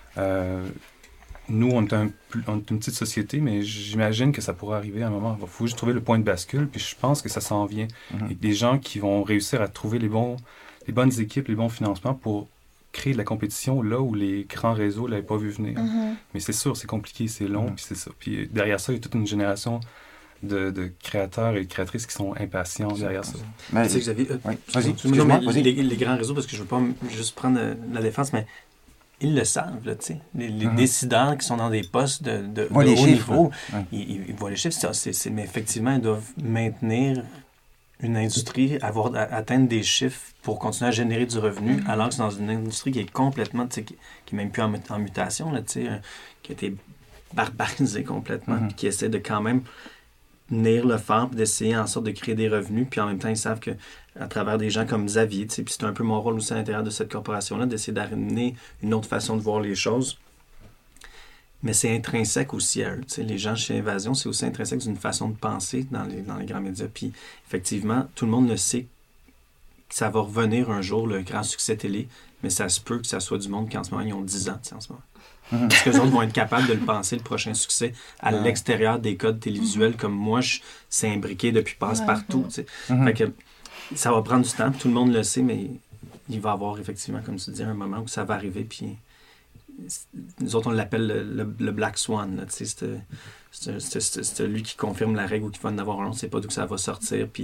Nous, on est une petite société, mais j'imagine que ça pourra arriver à un moment. Il faut juste trouver le point de bascule, puis je pense que ça s'en vient. Et des gens qui vont réussir à trouver les bonnes équipes, les bons financements pour créer de la compétition là où les grands réseaux ne l'avaient pas vu venir. Mais c'est sûr, c'est compliqué, c'est long, puis c'est ça. Puis derrière ça, il y a toute une génération de créateurs et de créatrices qui sont impatients derrière ça. Mais tu sais, Xavier, vas-y. Les grands réseaux, parce que je ne veux pas juste prendre la défense, mais ils le savent, là, tu sais. Les décideurs qui sont dans des postes de haut niveau, ils voient les chiffres, mais effectivement, ils doivent maintenir une industrie, atteindre des chiffres pour continuer à générer du revenu, alors que c'est dans une industrie qui est complètement, tu sais, qui est même plus en mutation, là, tu sais, qui a été barbarisée complètement, puis qui essaie de quand même tenir le phare, puis d'essayer en sorte de créer des revenus, puis en même temps, ils savent que à travers des gens comme Xavier, tu sais, puis c'est un peu mon rôle aussi à l'intérieur de cette corporation-là, d'essayer d'amener une autre façon de voir les choses. Mais c'est intrinsèque aussi à eux. Tu sais, les gens chez Invasion, c'est aussi intrinsèque d'une façon de penser dans les grands médias. Puis effectivement, tout le monde le sait que ça va revenir un jour, le grand succès télé, mais ça se peut que ça soit du monde qui en ce moment, ils ont 10 ans, tu sais, en ce moment. Est-ce que les autres vont être capables de le penser, le prochain succès, à l'extérieur des codes télévisuels, comme moi, c'est imbriqué depuis passe-partout. Tu sais. Fait que ça va prendre du temps, tout le monde le sait, mais il va y avoir effectivement, comme tu dis, un moment où ça va arriver, puis nous autres, on l'appelle le Black Swan. Là, c'est celui qui confirme la règle ou qui va en avoir un, on ne sait pas d'où ça va sortir, puis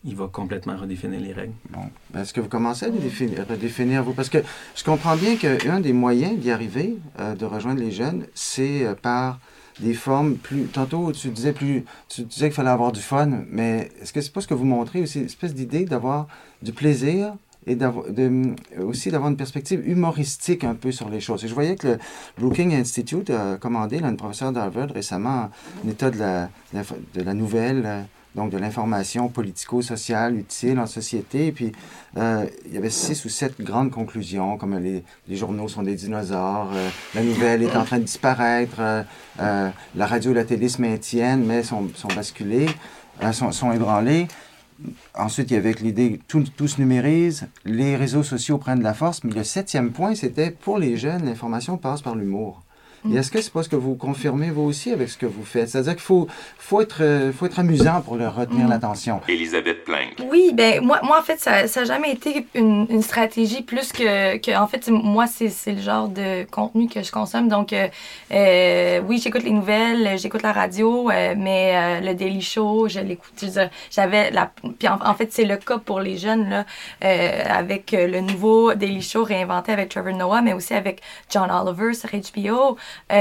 il va complètement redéfinir les règles. Bon. Est-ce que vous commencez à redéfinir, vous? Parce que je comprends bien qu'un des moyens d'y arriver, de rejoindre les jeunes, c'est par des formes plus... Tantôt, tu disais qu'il fallait avoir du fun, mais est-ce que c'est pas ce que vous montrez aussi, une espèce d'idée d'avoir du plaisir et aussi d'avoir une perspective humoristique un peu sur les choses. Et je voyais que le Brookings Institute a commandé, une professeure d'Harvard récemment, un état de la nouvelle... donc de l'information politico-sociale utile en société. Et puis, il y avait 6 ou 7 grandes conclusions, comme les journaux sont des dinosaures, la nouvelle est en train de disparaître, la radio et la télé se maintiennent, mais sont basculées, sont ébranlées. Ensuite, il y avait l'idée que tout se numérise, les réseaux sociaux prennent de la force, mais le 7e point, c'était pour les jeunes, l'information passe par l'humour. Et est-ce que c'est pas ce que vous confirmez, vous aussi, avec ce que vous faites? C'est-à-dire qu'il faut être amusant pour leur retenir l'attention. Élisabeth Plank. Oui, ben moi en fait, ça n'a jamais été une stratégie plus que en fait, moi, c'est le genre de contenu que je consomme. Donc, oui, j'écoute les nouvelles, j'écoute la radio, mais le Daily Show, je l'écoute. Puis en fait, c'est le cas pour les jeunes, là, avec le nouveau Daily Show réinventé avec Trevor Noah, mais aussi avec John Oliver sur HBO.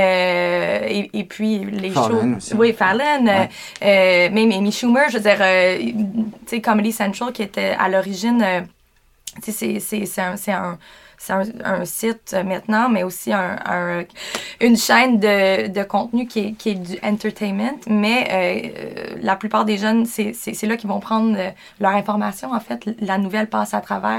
Et puis les Fallon shows, oui, Fallon, même Amy Schumer, je veux dire, tu sais, Comedy Central qui était à l'origine, tu sais, c'est un site maintenant, mais aussi une chaîne de contenu qui est du entertainment. Mais la plupart des jeunes, c'est là qu'ils vont prendre leur information. En fait, la nouvelle passe à travers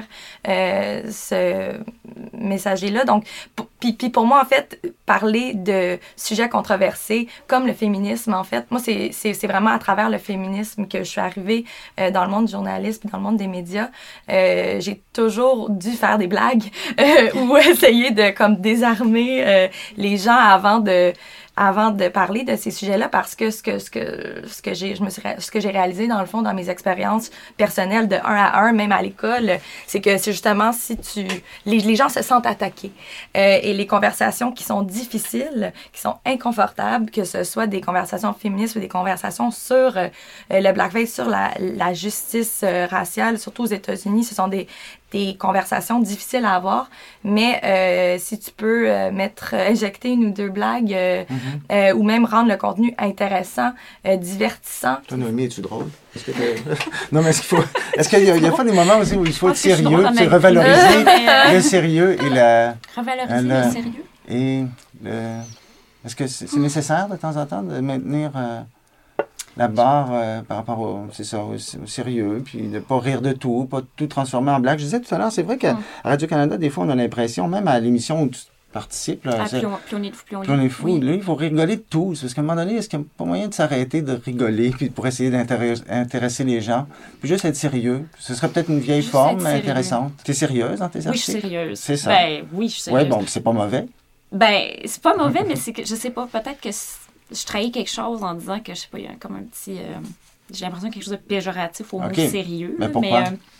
ce messager-là. Donc, puis pour moi, en fait, parler de sujets controversés comme le féminisme, en fait, moi, c'est vraiment à travers le féminisme que je suis arrivée dans le monde du journalisme et dans le monde des médias. J'ai toujours dû faire des blagues ou essayer de comme désarmer les gens avant de parler de ces sujets-là, parce que ce que j'ai réalisé dans le fond dans mes expériences personnelles de 1 à 1, même à l'école, c'est que c'est justement si les gens se sentent attaqués et les conversations qui sont difficiles, qui sont inconfortables, que ce soit des conversations féministes ou des conversations sur le blackface, sur la justice raciale, surtout aux États-Unis, ce sont des conversations difficiles à avoir, mais si tu peux injecter 1 ou 2 blagues ou même rendre le contenu intéressant, divertissant. Toi, Noémie, es-tu drôle? Non, mais est-ce qu'il y a pas des moments aussi où il faut être sérieux, c'est revaloriser le sérieux et revaloriser le sérieux? Et est-ce que c'est nécessaire de temps en temps de maintenir la barre par rapport au sérieux, puis de ne pas rire de tout, pas tout transformer en blague? Je disais tout à l'heure, c'est vrai qu'à Radio-Canada, des fois, on a l'impression, même à l'émission où tu participes, là, puis on est fou. Oui. Là, il faut rigoler de tout. Parce qu'à un moment donné, est-ce qu'il n'y a pas moyen de s'arrêter de rigoler puis pour essayer d'intéresser les gens? Puis juste être sérieux. Ce serait peut-être une vieille forme, mais intéressante. Tu es sérieuse dans tes articles? Oui, je suis sérieuse. C'est ça? Oui, je suis sérieuse. Oui, bon, c'est pas mauvais. C'est pas mauvais, mais c'est que, je sais pas, peut-être que je trahis quelque chose en disant que, je sais pas, il y a comme un petit... j'ai l'impression quelque chose de péjoratif au mot sérieux. Mais pourquoi?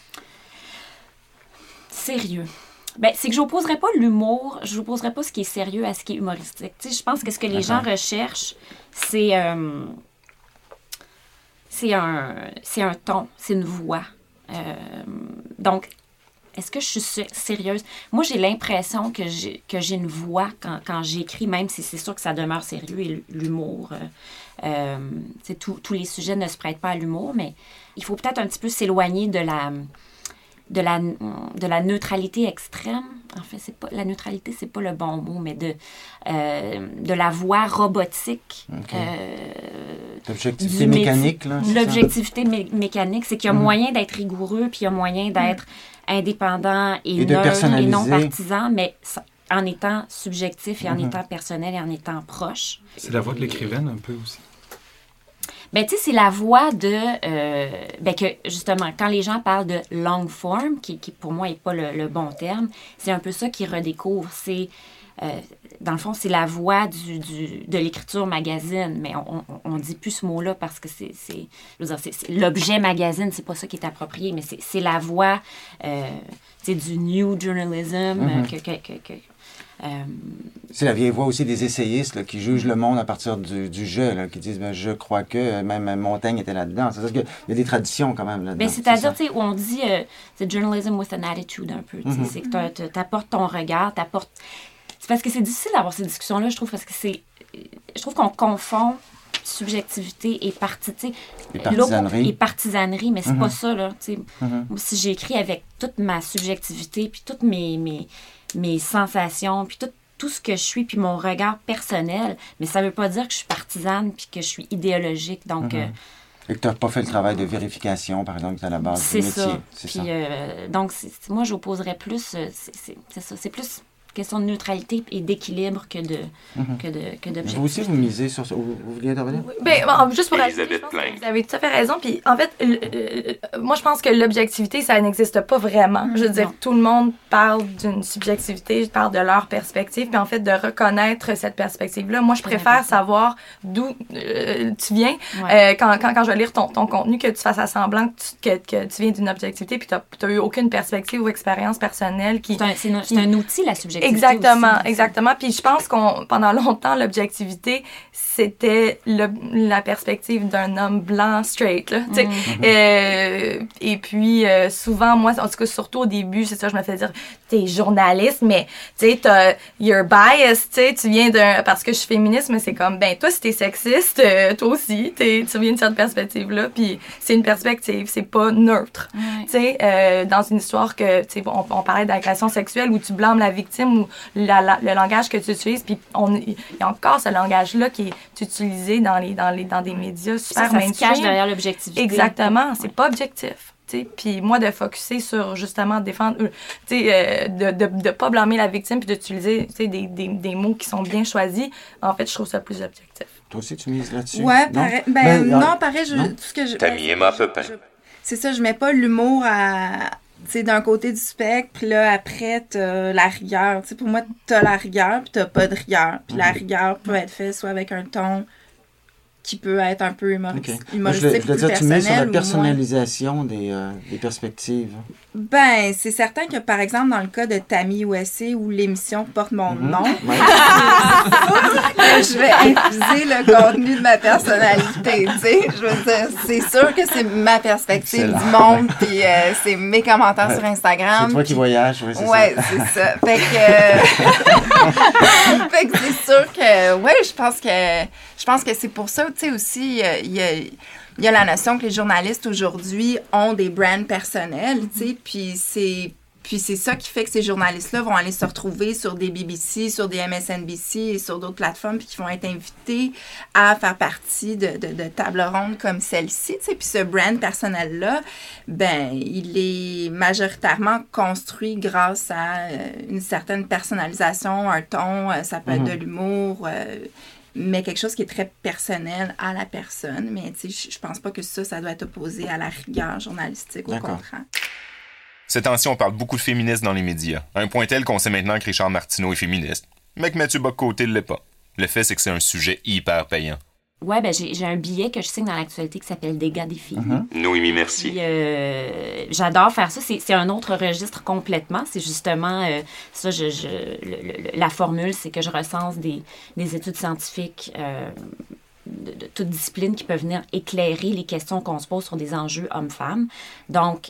Sérieux. C'est que je n'opposerais pas l'humour, je n'opposerais pas ce qui est sérieux à ce qui est humoristique. Tu sais, je pense que ce que les gens recherchent, c'est un ton, c'est une voix. Donc, est-ce que je suis sérieuse? Moi, j'ai l'impression que j'ai une voix quand j'écris, même si c'est sûr que ça demeure sérieux et l'humour. Tous les sujets ne se prêtent pas à l'humour, mais il faut peut-être un petit peu s'éloigner de la neutralité extrême. En fait, la neutralité, c'est pas le bon mot, mais de la voix robotique. L'objectivité mécanique, là. L'objectivité mécanique, c'est qu'il y a moyen d'être rigoureux, puis il y a moyen d'être indépendant et neutre et non partisan, mais en étant subjectif et en étant personnel et en étant proche. C'est la voix de l'écrivaine un peu aussi. Tu sais, c'est la voix de... que, justement, quand les gens parlent de long form, qui pour moi n'est pas le bon terme, c'est un peu ça qu'ils redécouvrent. C'est, dans le fond, c'est la voix de l'écriture magazine, mais on ne dit plus ce mot-là parce que c'est l'objet magazine, c'est pas ça qui est approprié, mais c'est la voix du new journalism C'est la vieille voix aussi des essayistes là, qui jugent le monde à partir du jeu, là, qui disent je crois que même Montaigne était là-dedans. C'est-à-dire qu'il y a des traditions quand même là-dedans. C'est-à-dire, tu sais, où on dit c'est journalism with an attitude un peu. C'est que tu apportes ton regard, c'est parce que c'est difficile d'avoir ces discussions-là, je trouve, parce que je trouve qu'on confond subjectivité et partisanerie, mais c'est pas ça, là. Moi, si j'écris avec toute ma subjectivité, puis toutes mes sensations, puis tout ce que je suis, puis mon regard personnel, mais ça veut pas dire que je suis partisane, puis que je suis idéologique, donc... Et que tu n'as pas fait le travail de vérification, par exemple, qui est à la base du métier. C'est ça. Donc, moi, j'opposerais plus... c'est ça, c'est plus... question de neutralité et d'équilibre que d'objectif. Vous aussi, vous misez sur ça. Vous vouliez intervenir? Juste pour ajouter, vous avez tout à fait raison. Puis, en fait, moi, je pense que l'objectivité, ça n'existe pas vraiment. Je veux dire, tout le monde parle d'une subjectivité, parle de leur perspective. Puis, en fait, de reconnaître cette perspective-là, moi, je préfère savoir d'où tu viens. Ouais. Quand je vais lire ton contenu, que tu fasses à semblant que tu viens d'une objectivité, puis tu n'as eu aucune perspective ou expérience personnelle qui... C'est un outil, la subjectivité. Exactement. Puis je pense pendant longtemps, l'objectivité, c'était la perspective d'un homme blanc, straight, là, tu sais. Et puis, souvent, moi, en tout cas, surtout au début, c'est ça, je me fais dire, t'es journaliste, mais, tu sais, you're biased, tu sais, tu viens parce que je suis féministe, mais c'est comme, ben, toi, si t'es sexiste, toi aussi, tu viens de cette perspective-là, puis c'est une perspective, c'est pas neutre. Tu sais, dans une histoire que, tu sais, on parlait d'agression sexuelle où tu blâmes la victime, ou le langage que tu utilises, puis il y a encore ce langage-là qui est utilisé dans des médias super mainstream. Ça se cache derrière l'objectivité. Exactement, c'est pas objectif. Puis moi, de focusser sur justement défendre, de pas blâmer la victime, puis d'utiliser des mots qui sont bien choisis, en fait, je trouve ça plus objectif. Toi aussi, tu mises là-dessus? Ouais, pareil. Pareil, tout ce que je... Tammy Emma Pepin. C'est ça, je mets pas l'humour d'un côté du spectre, puis là, après, t'as la rigueur. Tu sais, pour moi, t'as la rigueur, puis t'as pas de rigueur. Puis la rigueur peut être faite soit avec un ton qui peut être un peu humoristique, je veux dire, tu mets sur la personnalisation des perspectives. Ben, c'est certain que, par exemple, dans le cas de Tammy USA, où l'émission porte mon nom, je vais infuser le contenu de ma personnalité, tu sais. Je veux dire, c'est sûr que c'est ma perspective du monde, puis c'est mes commentaires sur Instagram. C'est toi qui voyages, oui, c'est ça. Ouais, c'est ça. Fait que c'est sûr que, je pense que c'est pour ça, tu sais, aussi, il y a la notion que les journalistes aujourd'hui ont des brands personnels, tu sais, puis c'est ça qui fait que ces journalistes-là vont aller se retrouver sur des BBC, sur des MSNBC et sur d'autres plateformes, puis qui vont être invités à faire partie de tables rondes comme celle-ci, tu sais. Puis ce brand personnel-là, ben, il est majoritairement construit grâce à une certaine personnalisation, un ton, ça peut être de l'humour, mais quelque chose qui est très personnel à la personne. Mais tu sais, je pense pas que ça doit être opposé à la rigueur journalistique, au contraire. Ces temps-ci, on parle beaucoup de féministes dans les médias. À un point tel qu'on sait maintenant que Richard Martineau est féministe, mais que Mathieu Bock-Côté ne l'est pas. Le fait, c'est que c'est un sujet hyper payant. Ouais, ben j'ai un billet que je signe dans l'actualité qui s'appelle Dégâts des filles. Noémie, merci. Puis, j'adore faire ça. C'est un autre registre complètement. C'est justement ça. La formule, c'est que je recense des études scientifiques de toute discipline qui peuvent venir éclairer les questions qu'on se pose sur des enjeux hommes-femmes. Donc,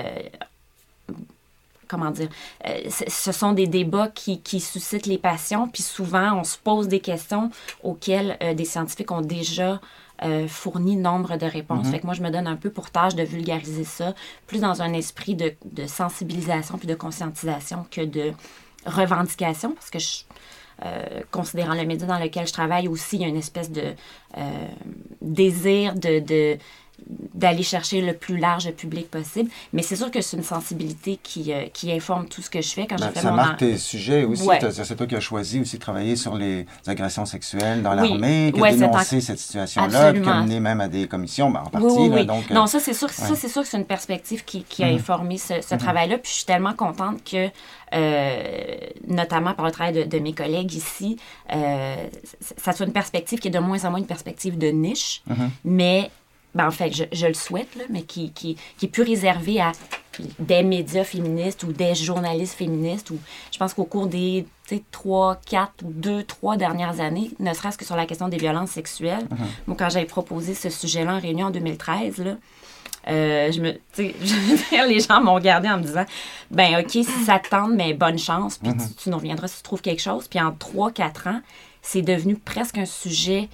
comment dire, ce sont des débats qui suscitent les passions, puis souvent, on se pose des questions auxquelles des scientifiques ont déjà fourni nombre de réponses. Fait que moi, je me donne un peu pour tâche de vulgariser ça, plus dans un esprit de sensibilisation puis de conscientisation que de revendication, parce que considérant le média dans lequel je travaille aussi, il y a une espèce de désir d'aller chercher le plus large public possible. Mais c'est sûr que c'est une sensibilité qui informe tout ce que je fais. Quand ça marque tes sujets aussi. Ouais. C'est toi qui as choisi aussi de travailler sur les agressions sexuelles dans l'armée, qui a dénoncé cette situation-là, qui a mené même à des commissions, en partie. Oui. Là, donc, non, ça, c'est sûr, ça, c'est sûr que c'est une perspective qui a informé ce travail-là. Puis je suis tellement contente que, notamment par le travail de mes collègues ici, ça soit une perspective qui est de moins en moins une perspective de niche, mais... Ben, en fait, je le souhaite, là, mais qui est plus réservé à des médias féministes ou des journalistes féministes. Ou je pense qu'au cours des 3 dernières années, ne serait-ce que sur la question des violences sexuelles, moi, quand j'avais proposé ce sujet-là en réunion en 2013, là, je veux dire, les gens m'ont regardé en me disant ben OK, si ça te tente, mais bonne chance, puis tu nous reviendras si tu trouves quelque chose. Puis en 3-4 ans, c'est devenu presque un sujet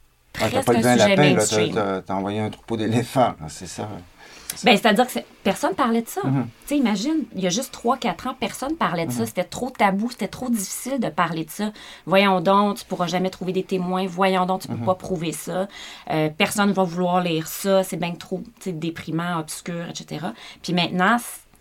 mainstream. T'as envoyé un troupeau d'éléphants, c'est ça. Ben, c'est-à-dire que personne parlait de ça. Tu sais, imagine, il y a juste 3-4 ans, personne parlait de ça. C'était trop tabou, c'était trop difficile de parler de ça. Voyons donc, tu pourras jamais trouver des témoins. Voyons donc, tu peux pas prouver ça. Personne ne va vouloir lire ça. C'est bien trop déprimant, obscur, etc. Puis maintenant,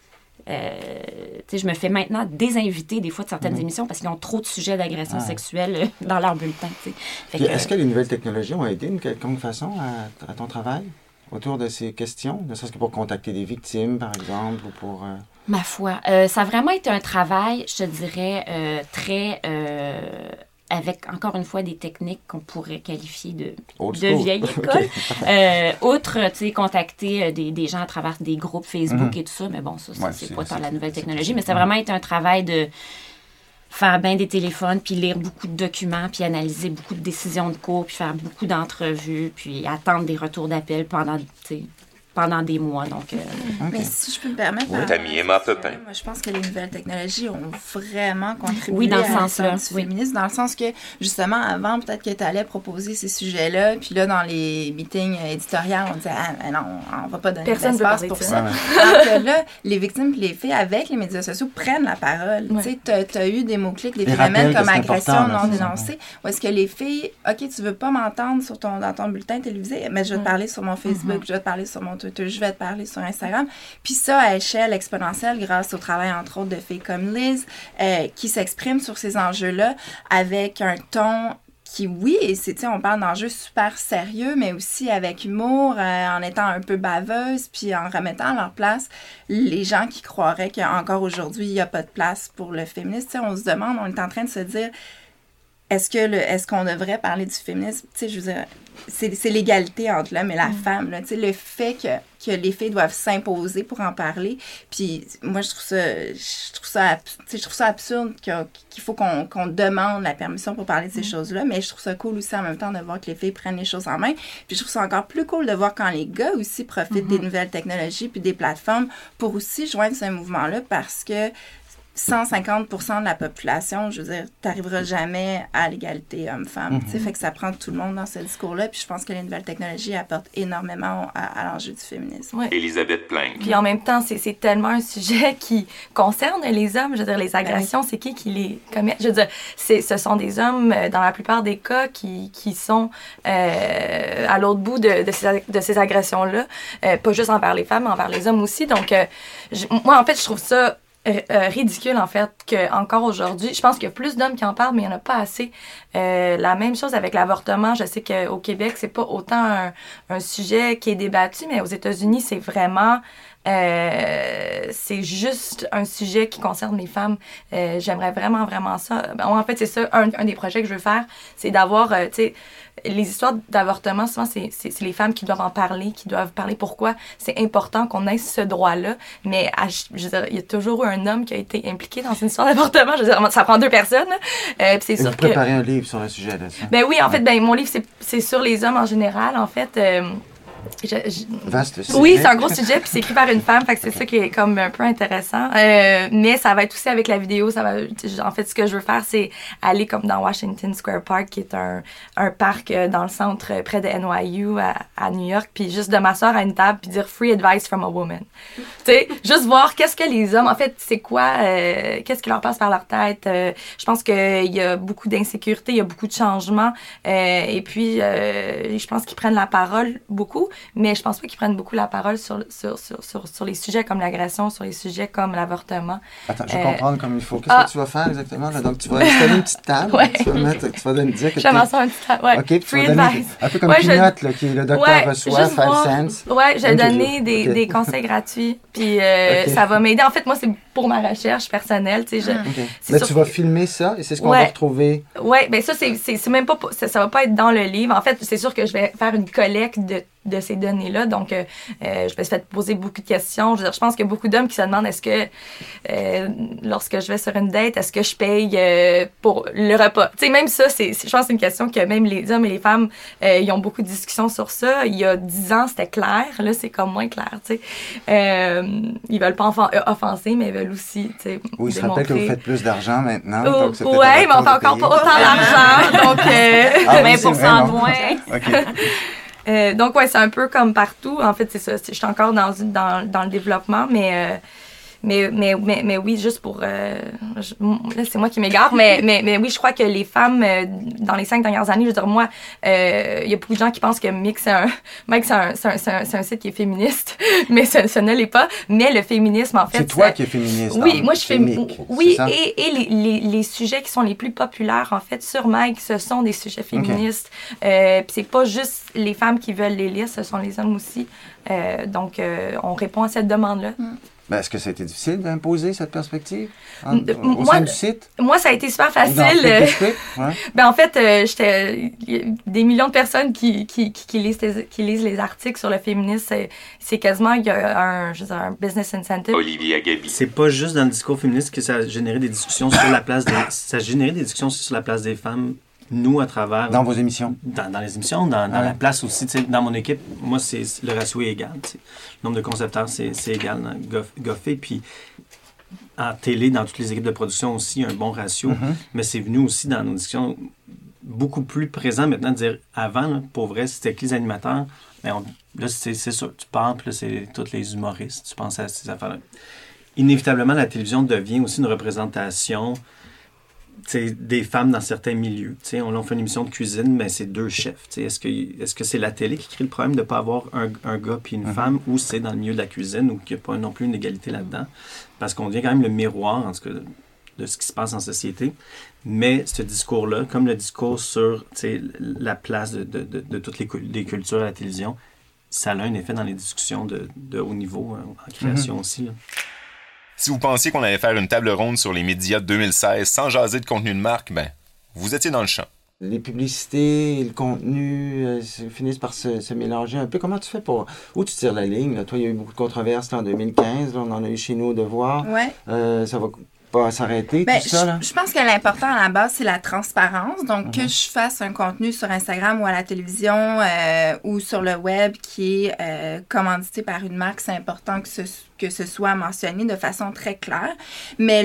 je me fais maintenant désinviter des fois de certaines émissions parce qu'ils ont trop de sujets d'agression sexuelle dans leur bulletin. Est-ce que les nouvelles technologies ont aidé d'une quelconque façon à ton travail? Autour de ces questions, ne serait-ce que pour contacter des victimes, par exemple, ou pour... Ma foi, ça a vraiment été un travail, je te dirais, très... avec, encore une fois, des techniques qu'on pourrait qualifier de vieille école. Outre, tu sais, contacter des gens à travers des groupes Facebook et tout ça, mais bon, ça c'est pas tant la nouvelle technologie, mais ça a vraiment été un travail de faire bien des téléphones, puis lire beaucoup de documents, puis analyser beaucoup de décisions de cours, puis faire beaucoup d'entrevues, puis attendre des retours d'appel pendant des mois. Donc, Mais si je peux me permettre... Emma Pepin. Moi, je pense que les nouvelles technologies ont vraiment contribué dans le à sens-là, du féminisme, dans le sens que, justement, avant, peut-être que tu allais proposer ces sujets-là, puis là, dans les meetings éditoriaux, on disait « Ah, mais non, on va pas donner d'espace pour ça. » Alors que là, les victimes et les filles, avec les médias sociaux, prennent la parole. Tu sais, tu as eu des mots-clics, des phénomènes comme agression non dénoncée, où est-ce que les filles, « OK, tu veux pas m'entendre dans ton bulletin télévisé, mais je vais te parler sur mon Facebook, je vais te parler sur mon Twitter, je vais te parler sur Instagram. » Puis ça, à échelle exponentielle, grâce au travail, entre autres, de filles comme Liz, qui s'expriment sur ces enjeux-là avec un ton qui, oui, on parle d'enjeux super sérieux, mais aussi avec humour, en étant un peu baveuse, puis en remettant à leur place les gens qui croiraient qu'encore aujourd'hui, il n'y a pas de place pour le féminisme. On se demande, on est en train de se dire, est-ce qu'on devrait parler du féminisme? Tu sais, je veux dire, c'est l'égalité entre l'homme et la femme, là. Tu sais, le fait que les filles doivent s'imposer pour en parler. Puis moi, je trouve ça absurde qu'il faut qu'on demande la permission pour parler de ces choses-là. Mais je trouve ça cool aussi en même temps de voir que les filles prennent les choses en main. Puis je trouve ça encore plus cool de voir quand les gars aussi profitent des nouvelles technologies puis des plateformes pour aussi joindre ce mouvement-là, parce que 150% de la population, je veux dire, t'arriveras jamais à l'égalité homme-femme. Tu sais, fait que ça prend tout le monde dans ce discours-là. Puis je pense que les nouvelles technologies apportent énormément à l'enjeu du féminisme. Elisabeth Plein. Puis en même temps, c'est tellement un sujet qui concerne les hommes. Je veux dire, les agressions, c'est qui les commet? Je veux dire, ce sont des hommes, dans la plupart des cas, qui sont à l'autre bout de ces agressions-là. Pas juste envers les femmes, mais envers les hommes aussi. Donc, moi, en fait, je trouve ça ridicule, en fait, qu'encore aujourd'hui, je pense qu'il y a plus d'hommes qui en parlent, mais il n'y en a pas assez. La même chose avec l'avortement. Je sais qu'au Québec, c'est pas autant un sujet qui est débattu, mais aux États-Unis, c'est vraiment... c'est juste un sujet qui concerne les femmes. J'aimerais vraiment, vraiment ça. En fait, c'est ça, un des projets que je veux faire, c'est d'avoir, tu sais, les histoires d'avortement, souvent, c'est les femmes qui doivent en parler, qui doivent parler pourquoi c'est important qu'on ait ce droit-là. Mais, je veux dire, il y a toujours eu un homme qui a été impliqué dans une histoire d'avortement. Je veux dire, ça prend 2 personnes. C'est sûr vous préparez un livre sur le sujet de ça. Ben oui, en fait, mon livre, c'est sur les hommes en général, en fait. Vaste sujet. Oui, c'est un gros sujet, puis c'est écrit par une femme, fait que c'est ça qui est comme un peu intéressant. Mais ça va être aussi avec la vidéo. En fait, ce que je veux faire, c'est aller comme dans Washington Square Park, qui est un parc dans le centre près de NYU à New York, puis juste de m'asseoir à une table puis dire Free advice from a woman. Tu sais, juste voir qu'est-ce que les hommes, en fait, c'est quoi, qu'est-ce qui leur passe par leur tête. Je pense qu'il y a beaucoup d'insécurité, il y a beaucoup de changements, et puis je pense qu'ils prennent la parole beaucoup. Mais je pense pas qu'ils prennent beaucoup la parole sur les sujets comme l'agression, sur les sujets comme l'avortement. Attends, je vais comprendre comme il faut. Qu'est-ce que tu vas faire exactement? Là? Donc, tu vas installer une petite table. Tu vas dire que je vais m'asseoir une petite table, OK, Free advice. Un peu comme Peanut, qui le docteur reçoit, 5 cents. Ouais, je vais donner des conseils gratuits. Puis ça va m'aider. En fait, moi, c'est pour ma recherche personnelle. Tu sais, mais tu vas filmer ça et c'est ce qu'on va retrouver. Oui, bien ça, c'est même pas... Ça va pas être dans le livre. En fait, c'est sûr que je vais faire une collecte de de ces données-là. Donc, je me suis fait poser beaucoup de questions. Je veux dire, je pense qu'il y a beaucoup d'hommes qui se demandent est-ce que, lorsque je vais sur une date, est-ce que je paye pour le repas? Tu sais, même ça, je pense que c'est une question que même les hommes et les femmes, ils ont beaucoup de discussions sur ça. Il y a 10 ans, c'était clair. Là, c'est comme moins clair, tu sais. Ils veulent pas offenser, mais ils veulent aussi, tu sais, oui, je rappelle que vous faites plus d'argent maintenant. Oui, mais on fait encore pas autant d'argent. Donc, 20% de moins. OK. Donc, ouais, c'est un peu comme partout. En fait, c'est ça. Je suis encore dans le développement, mais oui, juste pour... là, c'est moi qui m'égare, mais oui, je crois que les femmes, dans les 5 dernières années, je veux dire, moi, il y a beaucoup de gens qui pensent que Mike, c'est un site qui est féministe, mais ce ne l'est pas. Mais le féminisme, en fait... C'est toi qui es féministe. Oui, moi, je fais... Oui, ça? et les sujets qui sont les plus populaires, en fait, sur Mike, ce sont des sujets féministes. Puis c'est pas juste les femmes qui veulent les lire, ce sont les hommes aussi. Donc, on répond à cette demande-là. Ben, est-ce que ça a été difficile d'imposer cette perspective au sein du site? Moi, ça a été super facile. Ouais. Ben, en fait, il y a des millions de personnes qui lisent les articles sur le féminisme. C'est quasiment, il y a un business incentive. Olivier Agabi. C'est pas juste dans le discours féministe que ça a généré des discussions sur la place ça a généré des discussions sur la place des femmes. Nous, à travers... Dans vos émissions? Dans les émissions, dans la place aussi. Dans mon équipe, moi, le ratio est égal. T'sais. Le nombre de concepteurs, c'est égal dans Goffé. Puis en télé, dans toutes les équipes de production aussi, un bon ratio. Mais c'est venu aussi dans nos discussions beaucoup plus présent maintenant de dire, avant, là, pour vrai, c'était que les animateurs, mais là, c'est sûr, tu parles, puis là, c'est tous les humoristes, tu penses à ces affaires-là. Inévitablement, la télévision devient aussi une représentation des femmes dans certains milieux. On fait une émission de cuisine, mais c'est 2 chefs. Est-ce que c'est la télé qui crée le problème de ne pas avoir un gars puis une femme, ou c'est dans le milieu de la cuisine, ou qu'il n'y a pas non plus une égalité là-dedans? Parce qu'on devient quand même le miroir, en tout cas, de ce qui se passe en société. Mais ce discours-là, comme le discours sur la place de toutes les cultures à la télévision, ça a un effet dans les discussions de haut niveau en création aussi. Là. Si vous pensiez qu'on allait faire une table ronde sur les médias de 2016 sans jaser de contenu de marque, ben, vous étiez dans le champ. Les publicités et le contenu finissent par se mélanger un peu. Comment tu fais pour... Où tu tires la ligne? Là? Toi, il y a eu beaucoup de controverses en 2015. Là, on en a eu chez nous au Devoir. Ouais. Ça va pas s'arrêter, tout ça, là? Je pense que l'important à la base, c'est la transparence. Donc, que je fasse un contenu sur Instagram ou à la télévision ou sur le web qui est commandité par une marque, c'est important que ce soit mentionné de façon très claire. Mais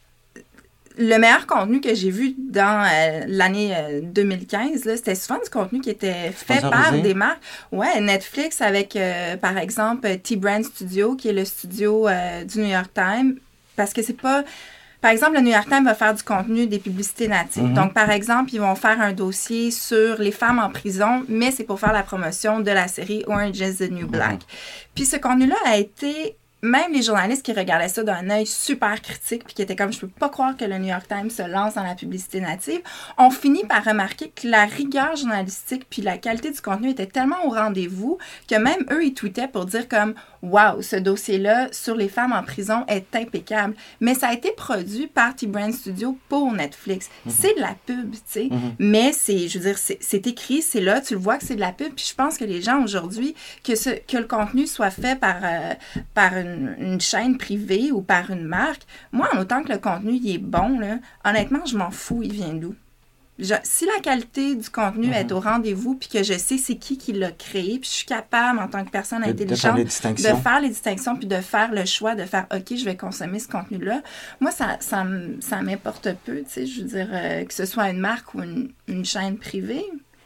le meilleur contenu que j'ai vu dans l'année 2015, là, c'était souvent du contenu qui était fait par des marques. Ouais, Netflix avec, par exemple, T-Brand Studio, qui est le studio du New York Times. Parce que c'est pas... Par exemple, le New York Times va faire du contenu des publicités natives. Donc, par exemple, ils vont faire un dossier sur les femmes en prison, mais c'est pour faire la promotion de la série Orange is the New Black. Puis ce contenu-là a été... Même les journalistes qui regardaient ça d'un œil super critique puis qui étaient comme, je peux pas croire que le New York Times se lance dans la publicité native, ont fini par remarquer que la rigueur journalistique puis la qualité du contenu était tellement au rendez-vous que même eux, ils tweetaient pour dire comme, wow, ce dossier-là sur les femmes en prison est impeccable. Mais ça a été produit par T-Brand Studio pour Netflix. C'est de la pub, tu sais. Mais c'est, je veux dire, c'est écrit, c'est là, tu le vois que c'est de la pub. Puis je pense que les gens aujourd'hui, que le contenu soit fait par une chaîne privée ou par une marque, moi, en autant que le contenu il est bon, là, honnêtement, je m'en fous, il vient d'où. Si la qualité du contenu est au rendez-vous puis que je sais c'est qui l'a créé puis je suis capable, en tant que personne intelligente, de faire les distinctions puis de faire le choix de faire « OK, je vais consommer ce contenu-là », moi, ça m'importe peu, tu sais, je veux dire, que ce soit une marque ou une chaîne privée.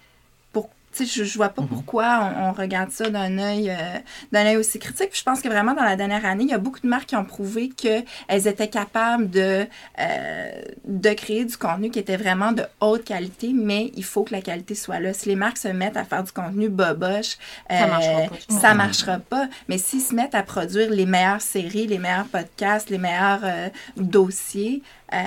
Je vois pas pourquoi on regarde ça d'un œil aussi critique. Puis je pense que vraiment, dans la dernière année, il y a beaucoup de marques qui ont prouvé qu'elles étaient capables de créer du contenu qui était vraiment de haute qualité, mais il faut que la qualité soit là. Si les marques se mettent à faire du contenu boboche, ça marchera pas. Mais s'ils se mettent à produire les meilleures séries, les meilleurs podcasts, les meilleurs dossiers,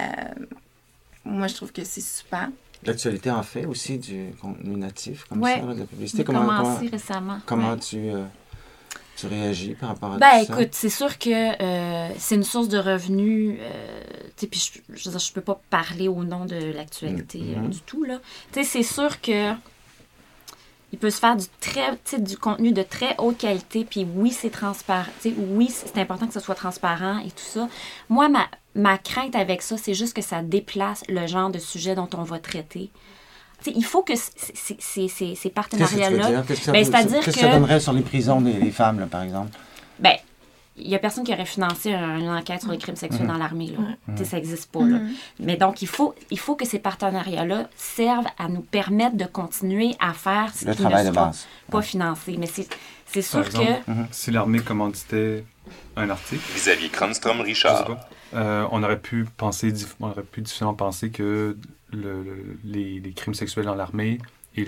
moi, je trouve que c'est super. L'actualité en fait aussi du contenu natif, comme ça, de la publicité. Commencé récemment. Comment tu réagis par rapport à tout ça? Écoute, c'est sûr que c'est une source de revenus. Puis je peux pas parler au nom de l'actualité du tout, là. C'est sûr que il peut se faire du contenu de très haute qualité, puis oui, c'est transparent. Oui, c'est important que ce soit transparent et tout ça. Moi, ma crainte avec ça, c'est juste que ça déplace le genre de sujet dont on va traiter. T'sais, il faut que ces partenariats-là... Qu'est-ce que ça donnerait sur les prisons des femmes, là, par exemple? Ben, il n'y a personne qui aurait financé une enquête sur les crimes sexuels dans l'armée. Là. Ça n'existe pas. Là. Mais donc, il faut que ces partenariats-là servent à nous permettre de continuer à faire ce qui ne sera pas financé. Mais c'est sûr que... Si l'armée commanditait un article... Xavier Cronstrom-Richard. On aurait pu difficilement penser que les crimes sexuels dans l'armée et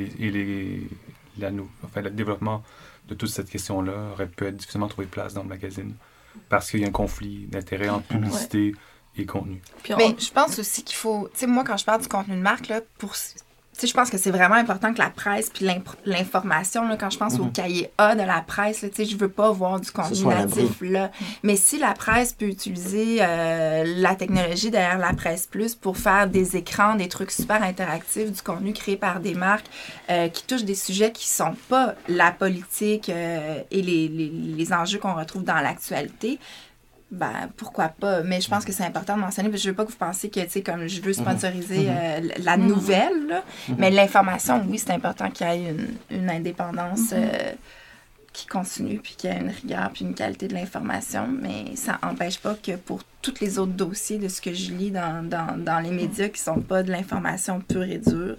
le développement de toute cette question-là aurait pu être difficilement trouvé place dans le magazine parce qu'il y a un conflit d'intérêts entre publicité et contenu. Mais je pense aussi qu'il faut... Tu sais, moi, quand je parle du contenu de marque, là, je pense que c'est vraiment important que la presse puis l'information, là, quand je pense au cahier A de la presse, là, je veux pas voir du contenu natif là. Mais si la presse peut utiliser la technologie derrière la Presse Plus pour faire des écrans, des trucs super interactifs, du contenu créé par des marques qui touchent des sujets qui sont pas la politique et les enjeux qu'on retrouve dans l'actualité, ben, pourquoi pas? Mais je pense que c'est important de mentionner, parce que je veux pas que vous pensiez que, tu sais, comme je veux sponsoriser la nouvelle, là, mais l'information, oui, c'est important qu'il y ait une indépendance qui continue, puis qu'il y ait une rigueur, puis une qualité de l'information, mais ça n'empêche pas que pour tous les autres dossiers de ce que je lis dans les médias qui sont pas de l'information pure et dure,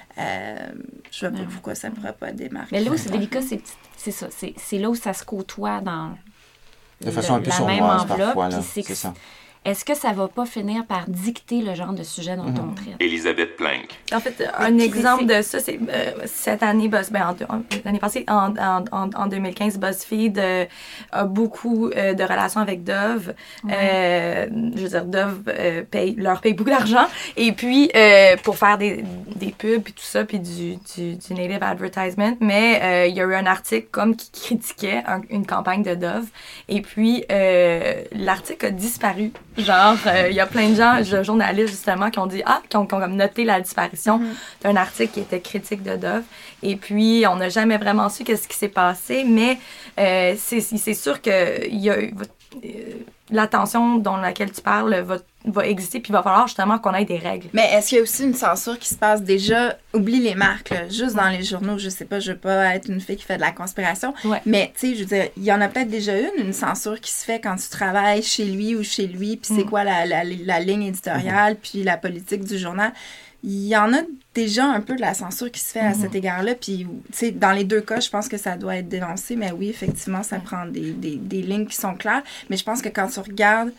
je vois pas pourquoi ça ne pourrait pas être des marques. Mais là où c'est délicat, c'est ça. C'est là où ça se côtoie dans... De façon un peu sournoise parfois, là. C'est ça. Est-ce que ça va pas finir par dicter le genre de sujet dont on traite? Elisabeth Planck. En fait, un exemple de ça, c'est cette année, l'année passée, en 2015, BuzzFeed a beaucoup de relations avec Dove. Je veux dire, Dove leur paye beaucoup d'argent. Et puis, pour faire des pubs et tout ça, puis du native advertisement. Mais il y a eu un article qui critiquait une campagne de Dove. Et puis, l'article a disparu. Genre, il y a plein de gens, journalistes justement, qui ont dit, qui ont comme noté la disparition d'un article qui était critique de Dove. Et puis, on n'a jamais vraiment su qu'est-ce qui s'est passé, mais c'est sûr que il y a l'attention dans laquelle tu parles va exister, puis il va falloir justement qu'on ait des règles. Mais est-ce qu'il y a aussi une censure qui se passe déjà? Oublie les marques, là, juste dans les journaux, je sais pas, je veux pas être une fille qui fait de la conspiration, mais tu sais, je veux dire, il y en a peut-être déjà une censure qui se fait quand tu travailles chez lui ou chez lui, puis c'est quoi la ligne éditoriale, puis la politique du journal. Il y en a déjà un peu de la censure qui se fait à cet égard-là, puis tu sais, dans les deux cas, je pense que ça doit être dénoncé, mais oui, effectivement, ça prend des lignes qui sont claires, mais je pense que quand tu regardes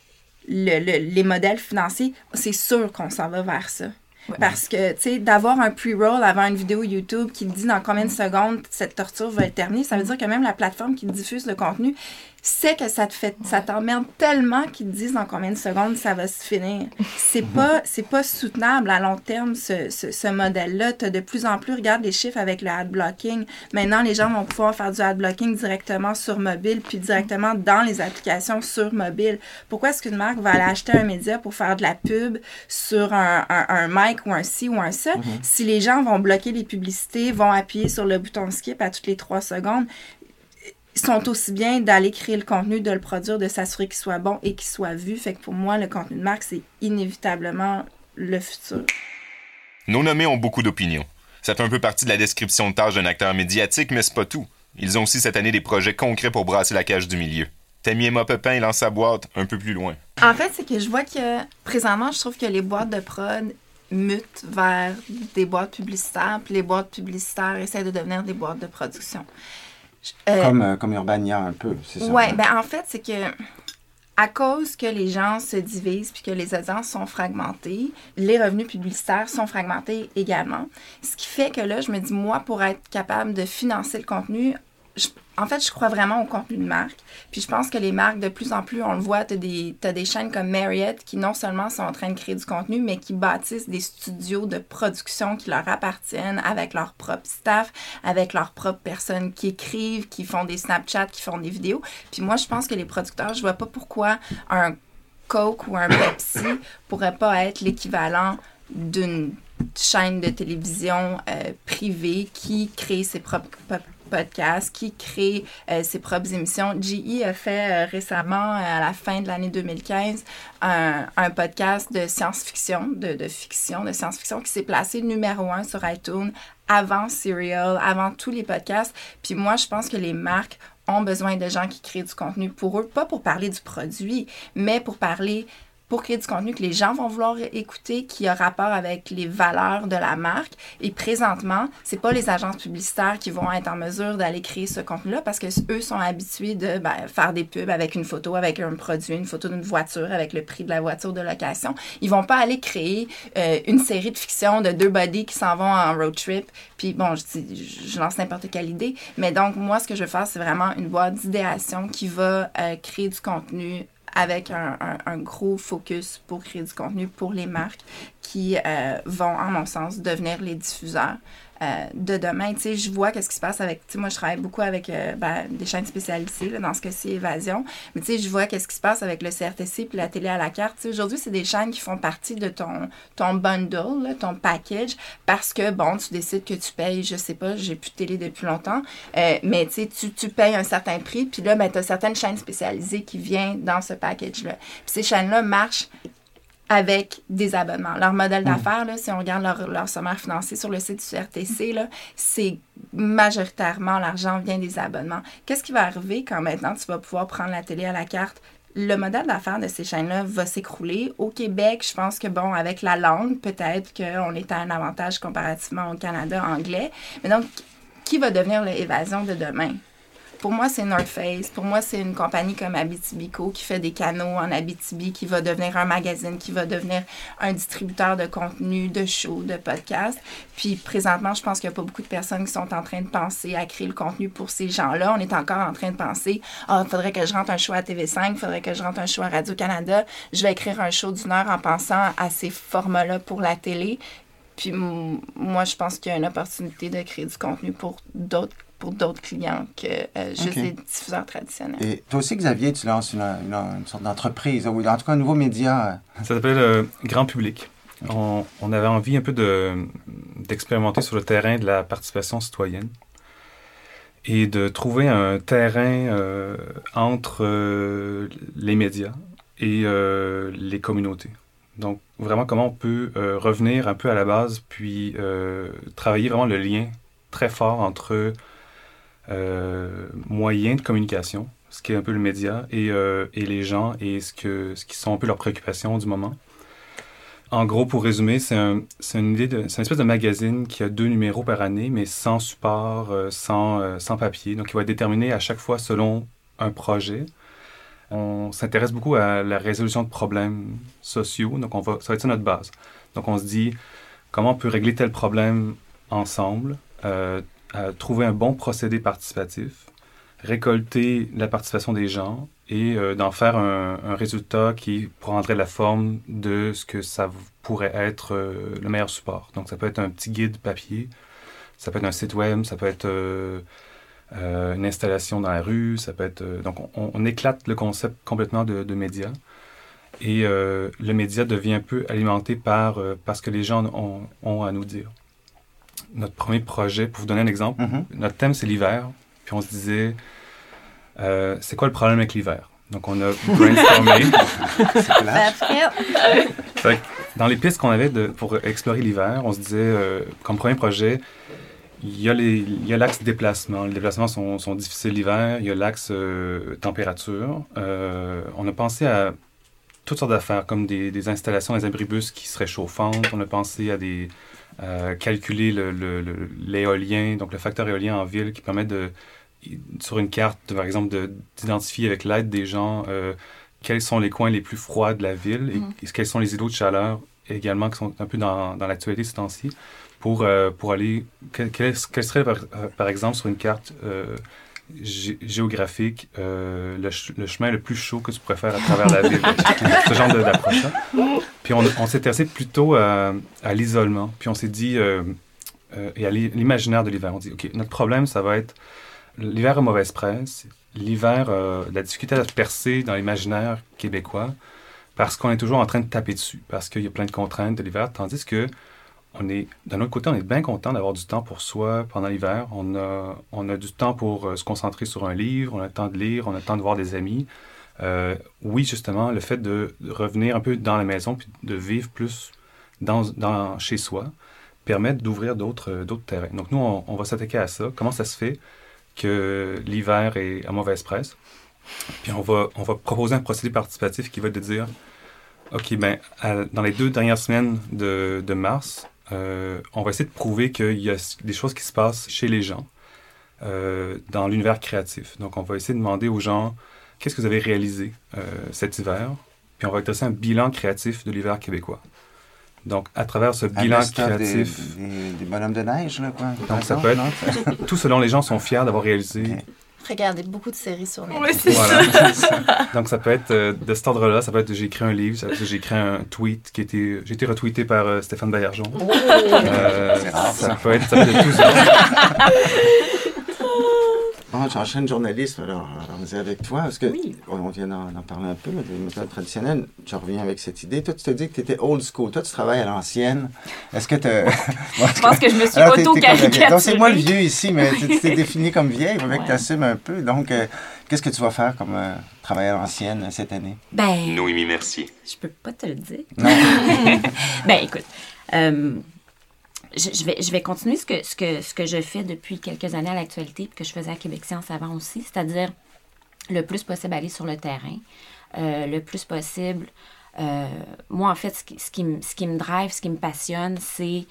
les modèles financiers, c'est sûr qu'on s'en va vers ça. Ouais. Parce que, tu sais, d'avoir un pre-roll avant une vidéo YouTube qui te dit dans combien de secondes cette torture va être terminée, ça veut dire que même la plateforme qui diffuse le contenu sait que ça t'emmerde tellement qu'ils te disent dans combien de secondes ça va se finir. C'est pas soutenable à long terme, ce modèle-là. T'as de plus en plus, regarde les chiffres avec le ad-blocking. Maintenant, les gens vont pouvoir faire du ad-blocking directement sur mobile, puis directement dans les applications sur mobile. Pourquoi est-ce qu'une marque va aller acheter un média pour faire de la pub sur un mic ou un ci ou un ça? Si les gens vont bloquer les publicités, vont appuyer sur le bouton skip à toutes les 3 secondes, ils sont aussi bien d'aller créer le contenu, de le produire, de s'assurer qu'il soit bon et qu'il soit vu. Fait que pour moi, le contenu de marque, c'est inévitablement le futur. Nos nommés ont beaucoup d'opinions. Ça fait un peu partie de la description de tâche d'un acteur médiatique, mais c'est pas tout. Ils ont aussi cette année des projets concrets pour brasser la cage du milieu. Tammy Emma Pepin lance sa boîte un peu plus loin. En fait, c'est que je vois que présentement, je trouve que les boîtes de prod mutent vers des boîtes publicitaires, puis les boîtes publicitaires essaient de devenir des boîtes de production. Comme Urbania un peu, c'est ça? Oui, ben en fait, c'est que à cause que les gens se divisent puis que les audiences sont fragmentées, les revenus publicitaires sont fragmentés également. Ce qui fait que là, je me dis, moi, pour être capable de financer le contenu, en fait, je crois vraiment au contenu de marque. Puis je pense que les marques, de plus en plus, on le voit, t'as des chaînes comme Marriott qui non seulement sont en train de créer du contenu, mais qui bâtissent des studios de production qui leur appartiennent avec leur propre staff, avec leurs propres personnes qui écrivent, qui font des Snapchat, qui font des vidéos. Puis moi, je pense que les producteurs, je vois pas pourquoi un Coke ou un Pepsi pourrait pas être l'équivalent d'une chaînes de télévision privées qui créent ses propres podcasts, qui créent ses propres émissions. GE a fait récemment, à la fin de l'année 2015, un podcast de science-fiction, de science-fiction, qui s'est placé numéro 1 sur iTunes avant Serial, avant tous les podcasts. Puis moi, je pense que les marques ont besoin de gens qui créent du contenu pour eux, pas pour parler du produit, mais pour créer du contenu que les gens vont vouloir écouter, qui a rapport avec les valeurs de la marque. Et présentement, c'est pas les agences publicitaires qui vont être en mesure d'aller créer ce contenu-là parce que eux sont habitués de faire des pubs avec une photo, avec un produit, une photo d'une voiture, avec le prix de la voiture de location. Ils vont pas aller créer une série de fiction de 2 buddies qui s'en vont en road trip. Puis bon, je lance n'importe quelle idée. Mais donc, moi, ce que je veux faire, c'est vraiment une boîte d'idéation qui va créer du contenu avec un gros focus pour créer du contenu pour les marques qui vont, en mon sens, devenir les diffuseurs de demain. Tu sais, je vois qu'est-ce qui se passe avec... Tu sais, moi, je travaille beaucoup avec des chaînes spécialisées, là, dans ce cas-ci, Évasion. Mais tu sais, je vois qu'est-ce qui se passe avec le CRTC puis la télé à la carte. Tu sais, aujourd'hui, c'est des chaînes qui font partie de ton bundle, là, ton package, parce que, bon, tu décides que tu payes, je sais pas, j'ai plus de télé depuis longtemps, mais tu sais, tu payes un certain prix, puis là, tu as certaines chaînes spécialisées qui viennent dans ce package-là. Puis ces chaînes-là marchent avec des abonnements. Leur modèle d'affaires, là, si on regarde leur sommaire financier sur le site du CRTC, là, c'est majoritairement l'argent vient des abonnements. Qu'est-ce qui va arriver quand maintenant tu vas pouvoir prendre la télé à la carte? Le modèle d'affaires de ces chaînes-là va s'écrouler. Au Québec, je pense que, bon, avec la langue, peut-être qu'on est à un avantage comparativement au Canada anglais. Mais donc, qui va devenir l'Évasion de demain? Pour moi, c'est North Face. Pour moi, c'est une compagnie comme Abitibico qui fait des canaux en Abitibi, qui va devenir un magazine, qui va devenir un distributeur de contenu, de shows, de podcasts. Puis présentement, je pense qu'il n'y a pas beaucoup de personnes qui sont en train de penser à créer le contenu pour ces gens-là. On est encore en train de penser, il faudrait que je rentre un show à TV5, il faudrait que je rentre un show à Radio-Canada. Je vais écrire un show d'1 heure en pensant à ces formats-là pour la télé. Puis moi, je pense qu'il y a une opportunité de créer du contenu pour d'autres clients que juste les diffuseurs traditionnels. Et toi aussi, Xavier, tu lances une sorte d'entreprise, ou en tout cas un nouveau média. Ça s'appelle Grand Public. On avait envie un peu d'expérimenter sur le terrain de la participation citoyenne et de trouver un terrain entre les médias et les communautés. Donc, vraiment, comment on peut revenir un peu à la base, puis travailler vraiment le lien très fort entre moyens de communication, ce qui est un peu le média, et les gens, et ce qui sont un peu leurs préoccupations du moment. En gros, pour résumer, c'est une espèce de magazine qui a 2 numéros par année, mais sans support, sans papier. Donc, il va être déterminé à chaque fois selon un projet. On s'intéresse beaucoup à la résolution de problèmes sociaux, donc ça va être ça notre base. Donc, on se dit comment on peut régler tel problème ensemble, trouver un bon procédé participatif, récolter la participation des gens et d'en faire un résultat qui prendrait la forme de ce que ça pourrait être le meilleur support. Donc, ça peut être un petit guide papier, ça peut être un site web, ça peut être une installation dans la rue, ça peut être... donc, on éclate le concept complètement de médias. Et le média devient un peu alimenté par ce que les gens ont à nous dire. Notre premier projet, pour vous donner un exemple, notre thème, c'est l'hiver. Puis on se disait, c'est quoi le problème avec l'hiver? Donc, on a brainstormé. Dans les pistes qu'on avait pour explorer l'hiver, on se disait, comme premier projet, il y a l'axe déplacement. Les déplacements sont difficiles l'hiver. Il y a l'axe température. On a pensé à toutes sortes d'affaires, comme des installations, des abribus qui seraient chauffantes. On a pensé à calculer l'éolien, donc le facteur éolien en ville qui permet sur une carte, par exemple, d'identifier avec l'aide des gens quels sont les coins les plus froids de la ville et quels sont les îlots de chaleur également qui sont un peu dans l'actualité ces temps-ci pour aller... Quel serait, par exemple, sur une carte géographique, le chemin le plus chaud que tu pourrais faire à travers la ville? Ce genre d'approche-là. Puis on s'est intéressé plutôt à l'isolement. Puis on s'est dit, et à l'imaginaire de l'hiver, on dit, OK, notre problème, ça va être l'hiver a mauvaise presse, l'hiver la difficulté à se percer dans l'imaginaire québécois parce qu'on est toujours en train de taper dessus, parce qu'il y a plein de contraintes de l'hiver, tandis que d'un autre côté, on est bien content d'avoir du temps pour soi pendant l'hiver. On a du temps pour se concentrer sur un livre, on a le temps de lire, on a le temps de voir des amis. Oui, justement, le fait de revenir un peu dans la maison puis de vivre plus chez soi permet d'ouvrir d'autres terrains. Donc, nous, on va s'attaquer à ça. Comment ça se fait que l'hiver est à mauvaise presse? Puis on va proposer un procédé participatif qui va être de dire, OK, dans les 2 dernières semaines de mars, on va essayer de prouver qu'il y a des choses qui se passent chez les gens dans l'univers créatif. Donc, on va essayer de demander aux gens, qu'est-ce que vous avez réalisé cet hiver? Puis on va dresser un bilan créatif de l'hiver québécois. Donc, à travers ce bilan créatif... Des bonhommes de neige, là, quoi. Donc, ça peut être... Tout ce dont les gens sont fiers d'avoir réalisé. Okay. Regardez beaucoup de séries sur Netflix. Oui, c'est ça. Donc, ça peut être de cet ordre-là. Ça peut être j'ai écrit un livre, ça peut être j'ai écrit un tweet j'ai été retweeté par Stéphane Baillargeon. Oh! C'est rare, ça peut être de tout ça. Bon, j'enchaîne journalisme, alors on est avec toi, parce que on vient d'en parler un peu, mais des méthodes traditionnelles, je reviens avec cette idée. Toi, tu te dis que tu étais old school. Toi, tu travailles à l'ancienne. Est-ce que tu... Je pense que je me suis auto-caricaturée. Donc, c'est moi le vieux ici, mais tu t'es défini comme vieille, il que tu assumes un peu. Donc, qu'est-ce que tu vas faire comme travail à l'ancienne cette année? Noémie Mercier. Je peux pas te le dire. Non. Écoute... Je vais continuer ce que je fais depuis quelques années à l'actualité, puis que je faisais à Québec Science avant aussi, c'est-à-dire le plus possible aller sur le terrain, le plus possible. Moi, en fait, ce qui me drive, ce qui me passionne, c'est...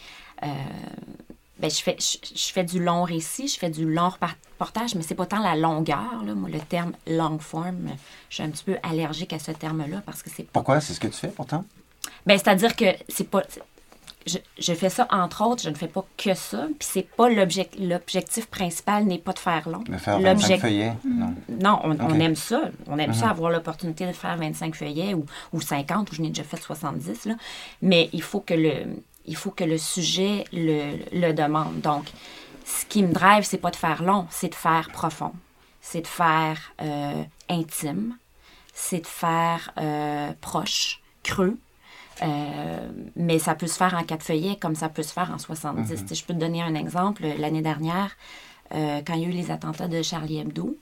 je fais du long récit, je fais du long reportage, mais c'est pas tant la longueur. Là. Moi, le terme long form, je suis un petit peu allergique à ce terme-là parce que c'est pas... Pourquoi? C'est ce que tu fais, pourtant? C'est-à-dire que c'est pas... Je fais ça, entre autres, je ne fais pas que ça. Puis c'est pas l'objectif principal n'est pas de faire long. De faire 25 feuillets? Non, on aime ça. On aime ça, avoir l'opportunité de faire 25 feuillets ou 50, ou je n'ai déjà fait 70. Là. Mais il faut que le sujet le demande. Donc, ce qui me drive, c'est pas de faire long, c'est de faire profond. C'est de faire intime. C'est de faire proche, creux. Mais ça peut se faire en 4 feuillets comme ça peut se faire en 70. Je peux te donner un exemple. L'année dernière, quand il y a eu les attentats de Charlie Hebdo,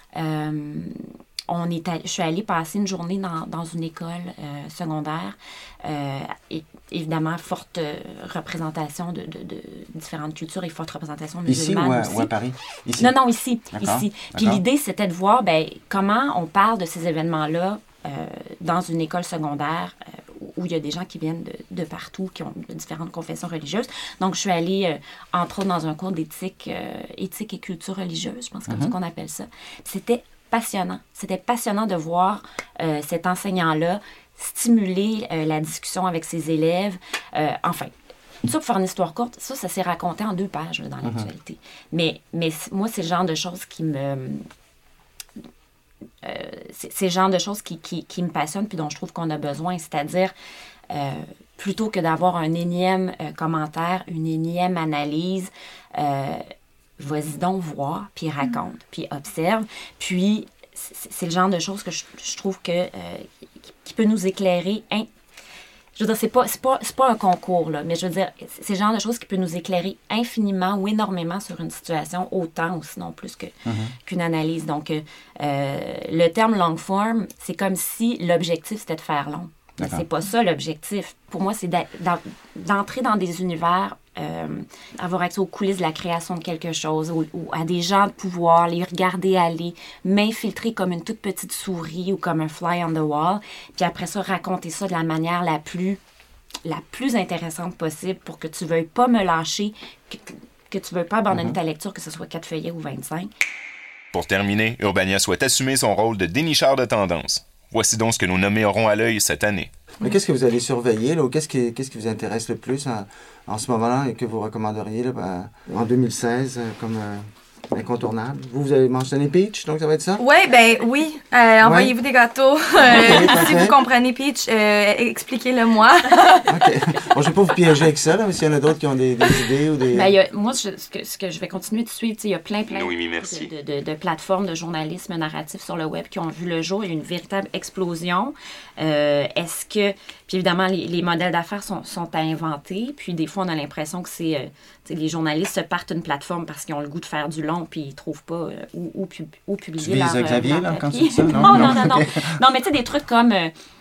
je suis allée passer une journée dans une école secondaire. Et évidemment, forte représentation de différentes cultures et forte représentation musulmane ici ou à Paris? Ici? Non, ici. Puis l'idée, c'était de voir comment on parle de ces événements-là dans une école secondaire où il y a des gens qui viennent de partout, qui ont de différentes confessions religieuses. Donc, je suis allée, entre autres, dans un cours d'éthique éthique et culture religieuse, je pense que c'est comme ça qu'on appelle ça. C'était passionnant. C'était passionnant de voir cet enseignant-là stimuler la discussion avec ses élèves. Enfin, tout ça pour faire une histoire courte, ça s'est raconté en 2 pages là, dans l'actualité. Mais moi, c'est le genre de choses qui me... c'est le genre de choses qui me passionnent puis dont je trouve qu'on a besoin. C'est-à-dire, plutôt que d'avoir un énième commentaire, une énième analyse, vas-y donc voir, puis raconte, puis observe. Puis, c'est le genre de choses que je trouve qui peut nous éclairer. Je veux dire, c'est pas un concours, là, mais je veux dire, c'est le genre de choses qui peut nous éclairer infiniment ou énormément sur une situation, autant ou sinon plus qu'une analyse. Donc, le terme long form, c'est comme si l'objectif, c'était de faire long. Mais c'est pas ça l'objectif. Pour moi, c'est d'entrer dans des univers, avoir accès aux coulisses de la création de quelque chose, ou à des gens de pouvoir, les regarder aller, m'infiltrer comme une toute petite souris ou comme un fly on the wall, puis après ça, raconter ça de la manière la plus intéressante possible pour que tu veuilles pas me lâcher, que tu veuilles pas abandonner ta lecture, que ce soit 4 feuillets ou 25. Pour terminer, Urbania souhaite assumer son rôle de dénicheur de tendance. Voici donc ce que nos nommés auront à l'œil cette année. Mais qu'est-ce que vous allez surveiller, là, ou qu'est-ce qui vous intéresse le plus en ce moment-là et que vous recommanderiez là, en 2016 comme incontournable. Vous avez mentionné Peach, donc ça va être ça? Oui, oui. Envoyez-vous des gâteaux. Si vous comprenez Peach, expliquez-le-moi. OK. Bon, je ne vais pas vous piéger avec ça, là, mais s'il y en a d'autres qui ont des idées ou des... Moi, ce que je vais continuer de suivre, il y a plein de plateformes de journalisme narratif sur le web qui ont vu le jour. Il y a une véritable explosion. Puis évidemment, les modèles d'affaires sont à inventer. Puis des fois, on a l'impression que c'est... les journalistes se partent une plateforme parce qu'ils ont le goût de faire du long puis ils ne trouvent pas où publier leur papier. Xavier, là, quand tu dis ça? Non. Non, mais tu sais, des trucs comme...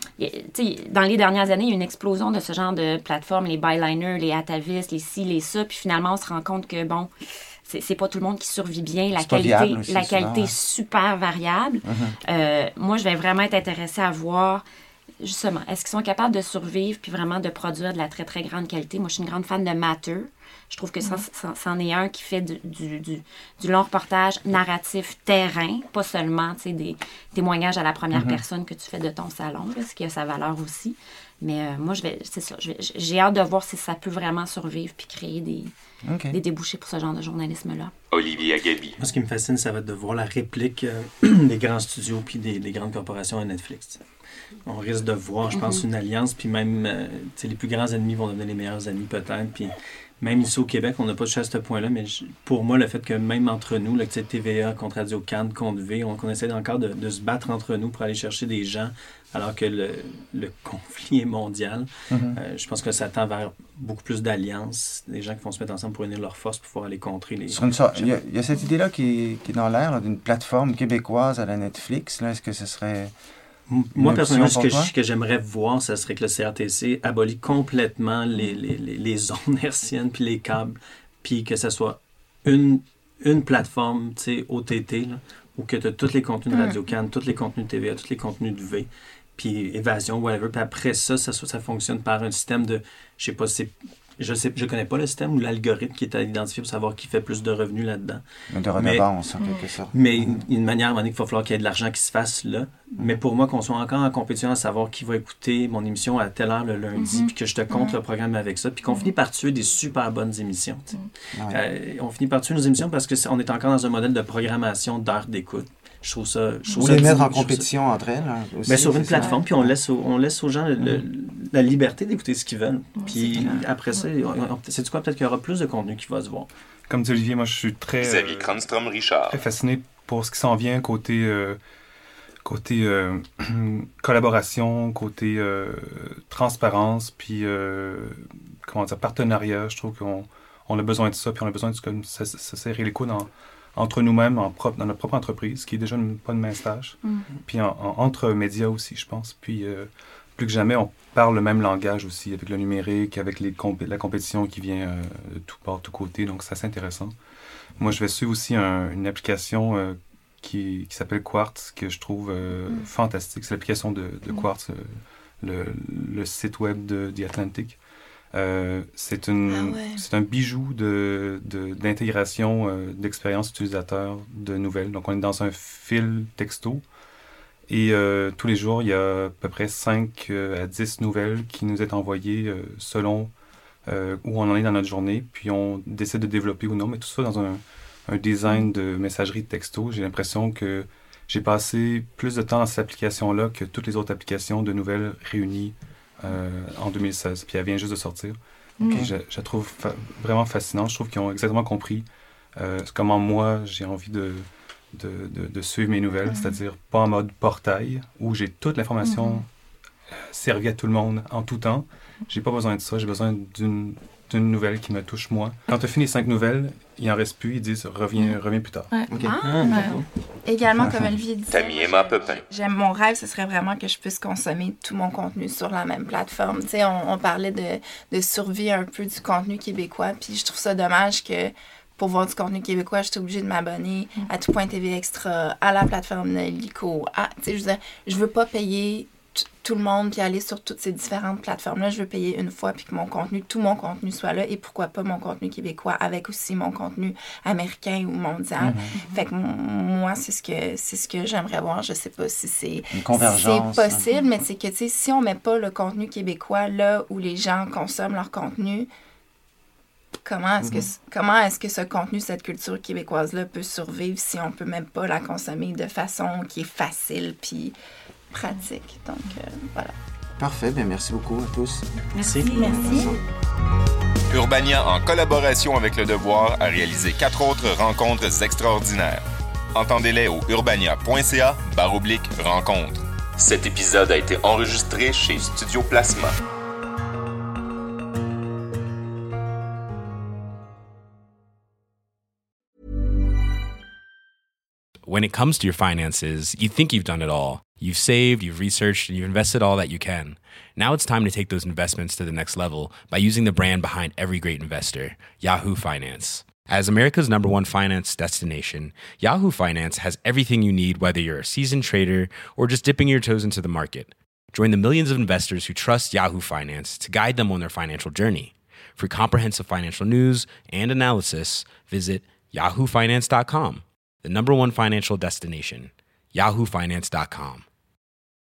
dans les dernières années, il y a une explosion de ce genre de plateformes, les byliners, les atavis, les ci, les ça. Puis finalement, on se rend compte que, bon... C'est pas tout le monde qui survit bien. La qualité est super variable. Moi, je vais vraiment être intéressée à voir, justement, est-ce qu'ils sont capables de survivre puis vraiment de produire de la très, très grande qualité. Moi, je suis une grande fan de Matter. Je trouve que c'en est un qui fait du long reportage narratif terrain, pas seulement des témoignages à la première personne que tu fais de ton salon, là, ce qui a sa valeur aussi. Mais moi, j'ai hâte de voir si ça peut vraiment survivre puis créer des débouchés pour ce genre de journalisme-là. Olivier Agabi. Moi, ce qui me fascine, ça va être de voir la réplique des grands studios puis des grandes corporations à Netflix. T'sais. On risque de voir, je pense, une alliance, puis même les plus grands ennemis vont devenir les meilleurs amis peut-être, puis même ici au Québec, on n'a pas touché à ce point-là, mais pour moi, le fait que même entre nous, TVA contre Radio-Can, contre V, on essaie encore de se battre entre nous pour aller chercher des gens, alors que le conflit est mondial. Je pense que ça tend vers beaucoup plus d'alliances, des gens qui vont se mettre ensemble pour unir leurs forces pour pouvoir aller contrer les... Il y a cette idée-là qui est dans l'air, d'une plateforme québécoise à la Netflix. Là, est-ce que ce serait... Moi, personnellement, ce que j'aimerais voir, ce serait que le CRTC abolit complètement les ondes hertziennes puis les câbles, puis que ce soit une plateforme, OTT, là, où que tu as tous les contenus de Radio-Can, tous les contenus de TVA, tous les contenus de V, puis Évasion, whatever. Puis après ça fonctionne par un système de, je sais pas, je connais pas le système ou l'algorithme qui est à identifier pour savoir qui fait plus de revenus là-dedans. De redevance, en quelque sorte. Mais une manière, à un moment donné, qu'il va falloir qu'il y ait de l'argent qui se fasse là. Mais pour moi, qu'on soit encore en compétition à savoir qui va écouter mon émission à telle heure le lundi, puis que je te compte le programme avec ça, puis qu'on finit par tuer des super bonnes émissions. On finit par tuer nos émissions parce qu'on est encore dans un modèle de programmation d'heures d'écoute. Je trouve ça... Ou les mettre en compétition entre elles. Aussi, mais sur une plateforme, puis on laisse aux gens la liberté d'écouter ce qu'ils veulent. Puis après ça, c'est quoi? Peut-être qu'il y aura plus de contenu qui va se voir. Comme dit Olivier, moi je suis très... Xavier Cranstrom-Richard. Très fasciné pour ce qui s'en vient côté collaboration, côté transparence, puis partenariat. Je trouve qu'on a besoin de ça, puis on a besoin de ça serrer les coudes entre nous-mêmes, dans notre propre entreprise, qui est déjà pas une mince tâche, puis entre médias aussi, je pense. Puis plus que jamais, on parle le même langage aussi, avec le numérique, avec la compétition qui vient de tout part, de tous côtés, donc c'est assez intéressant. Moi, je vais suivre aussi une application qui s'appelle Quartz, que je trouve fantastique. C'est l'application de Quartz, le site web de The Atlantic. C'est un bijou d'intégration d'expérience utilisateur de nouvelles. Donc, on est dans un fil texto et tous les jours, il y a à peu près 5 à 10 nouvelles qui nous est envoyées selon où on en est dans notre journée. Puis, on décide de développer ou non, mais tout ça dans un design de messagerie de texto. J'ai l'impression que j'ai passé plus de temps dans cette application-là que toutes les autres applications de nouvelles réunies en 2016, puis elle vient juste de sortir. Je la trouve vraiment fascinante. Je trouve qu'ils ont exactement compris comment moi j'ai envie de suivre mes nouvelles, c'est-à-dire pas en mode portail, où j'ai toute l'information servie à tout le monde en tout temps. J'ai pas besoin de ça, j'ai besoin d'une nouvelle qui me touche moi. Quand tu as fini les 5 nouvelles, il en reste plus, ils disent reviens plus tard. Ouais. Okay. Également, comme Olivier dit, Tammy-Emma Pepin. Mon rêve, ce serait vraiment que je puisse consommer tout mon contenu sur la même plateforme. Tu sais, on parlait de survie un peu du contenu québécois, puis je trouve ça dommage que pour voir du contenu québécois, je suis obligée de m'abonner à Tout.tv Extra, à la plateforme Lico. Tu sais, je veux pas payer tout le monde puis aller sur toutes ces différentes plateformes-là. Je veux payer une fois puis que tout mon contenu soit là et pourquoi pas mon contenu québécois avec aussi mon contenu américain ou mondial. Fait que moi, c'est ce que j'aimerais voir. Je sais pas si c'est possible, mais c'est que, tu sais, si on met pas le contenu québécois là où les gens consomment leur contenu, Comment est-ce que ce contenu, cette culture québécoise-là peut survivre si on peut même pas la consommer de façon qui est facile puis pratique. Donc, voilà. Parfait. Bien, merci beaucoup à tous. Merci. Urbania, en collaboration avec Le Devoir, a réalisé 4 autres rencontres extraordinaires. Entendez-les au urbania.ca/rencontre. Cet épisode a été enregistré chez Studio Plasma. When it comes to your finances, you think you've done it all. You've saved, you've researched, and you've invested all that you can. Now it's time to take those investments to the next level by using the brand behind every great investor, Yahoo Finance. As America's #1 finance destination, Yahoo Finance has everything you need, whether you're a seasoned trader or just dipping your toes into the market. Join the millions of investors who trust Yahoo Finance to guide them on their financial journey. For comprehensive financial news and analysis, visit yahoofinance.com. The #1 financial destination, yahoofinance.com.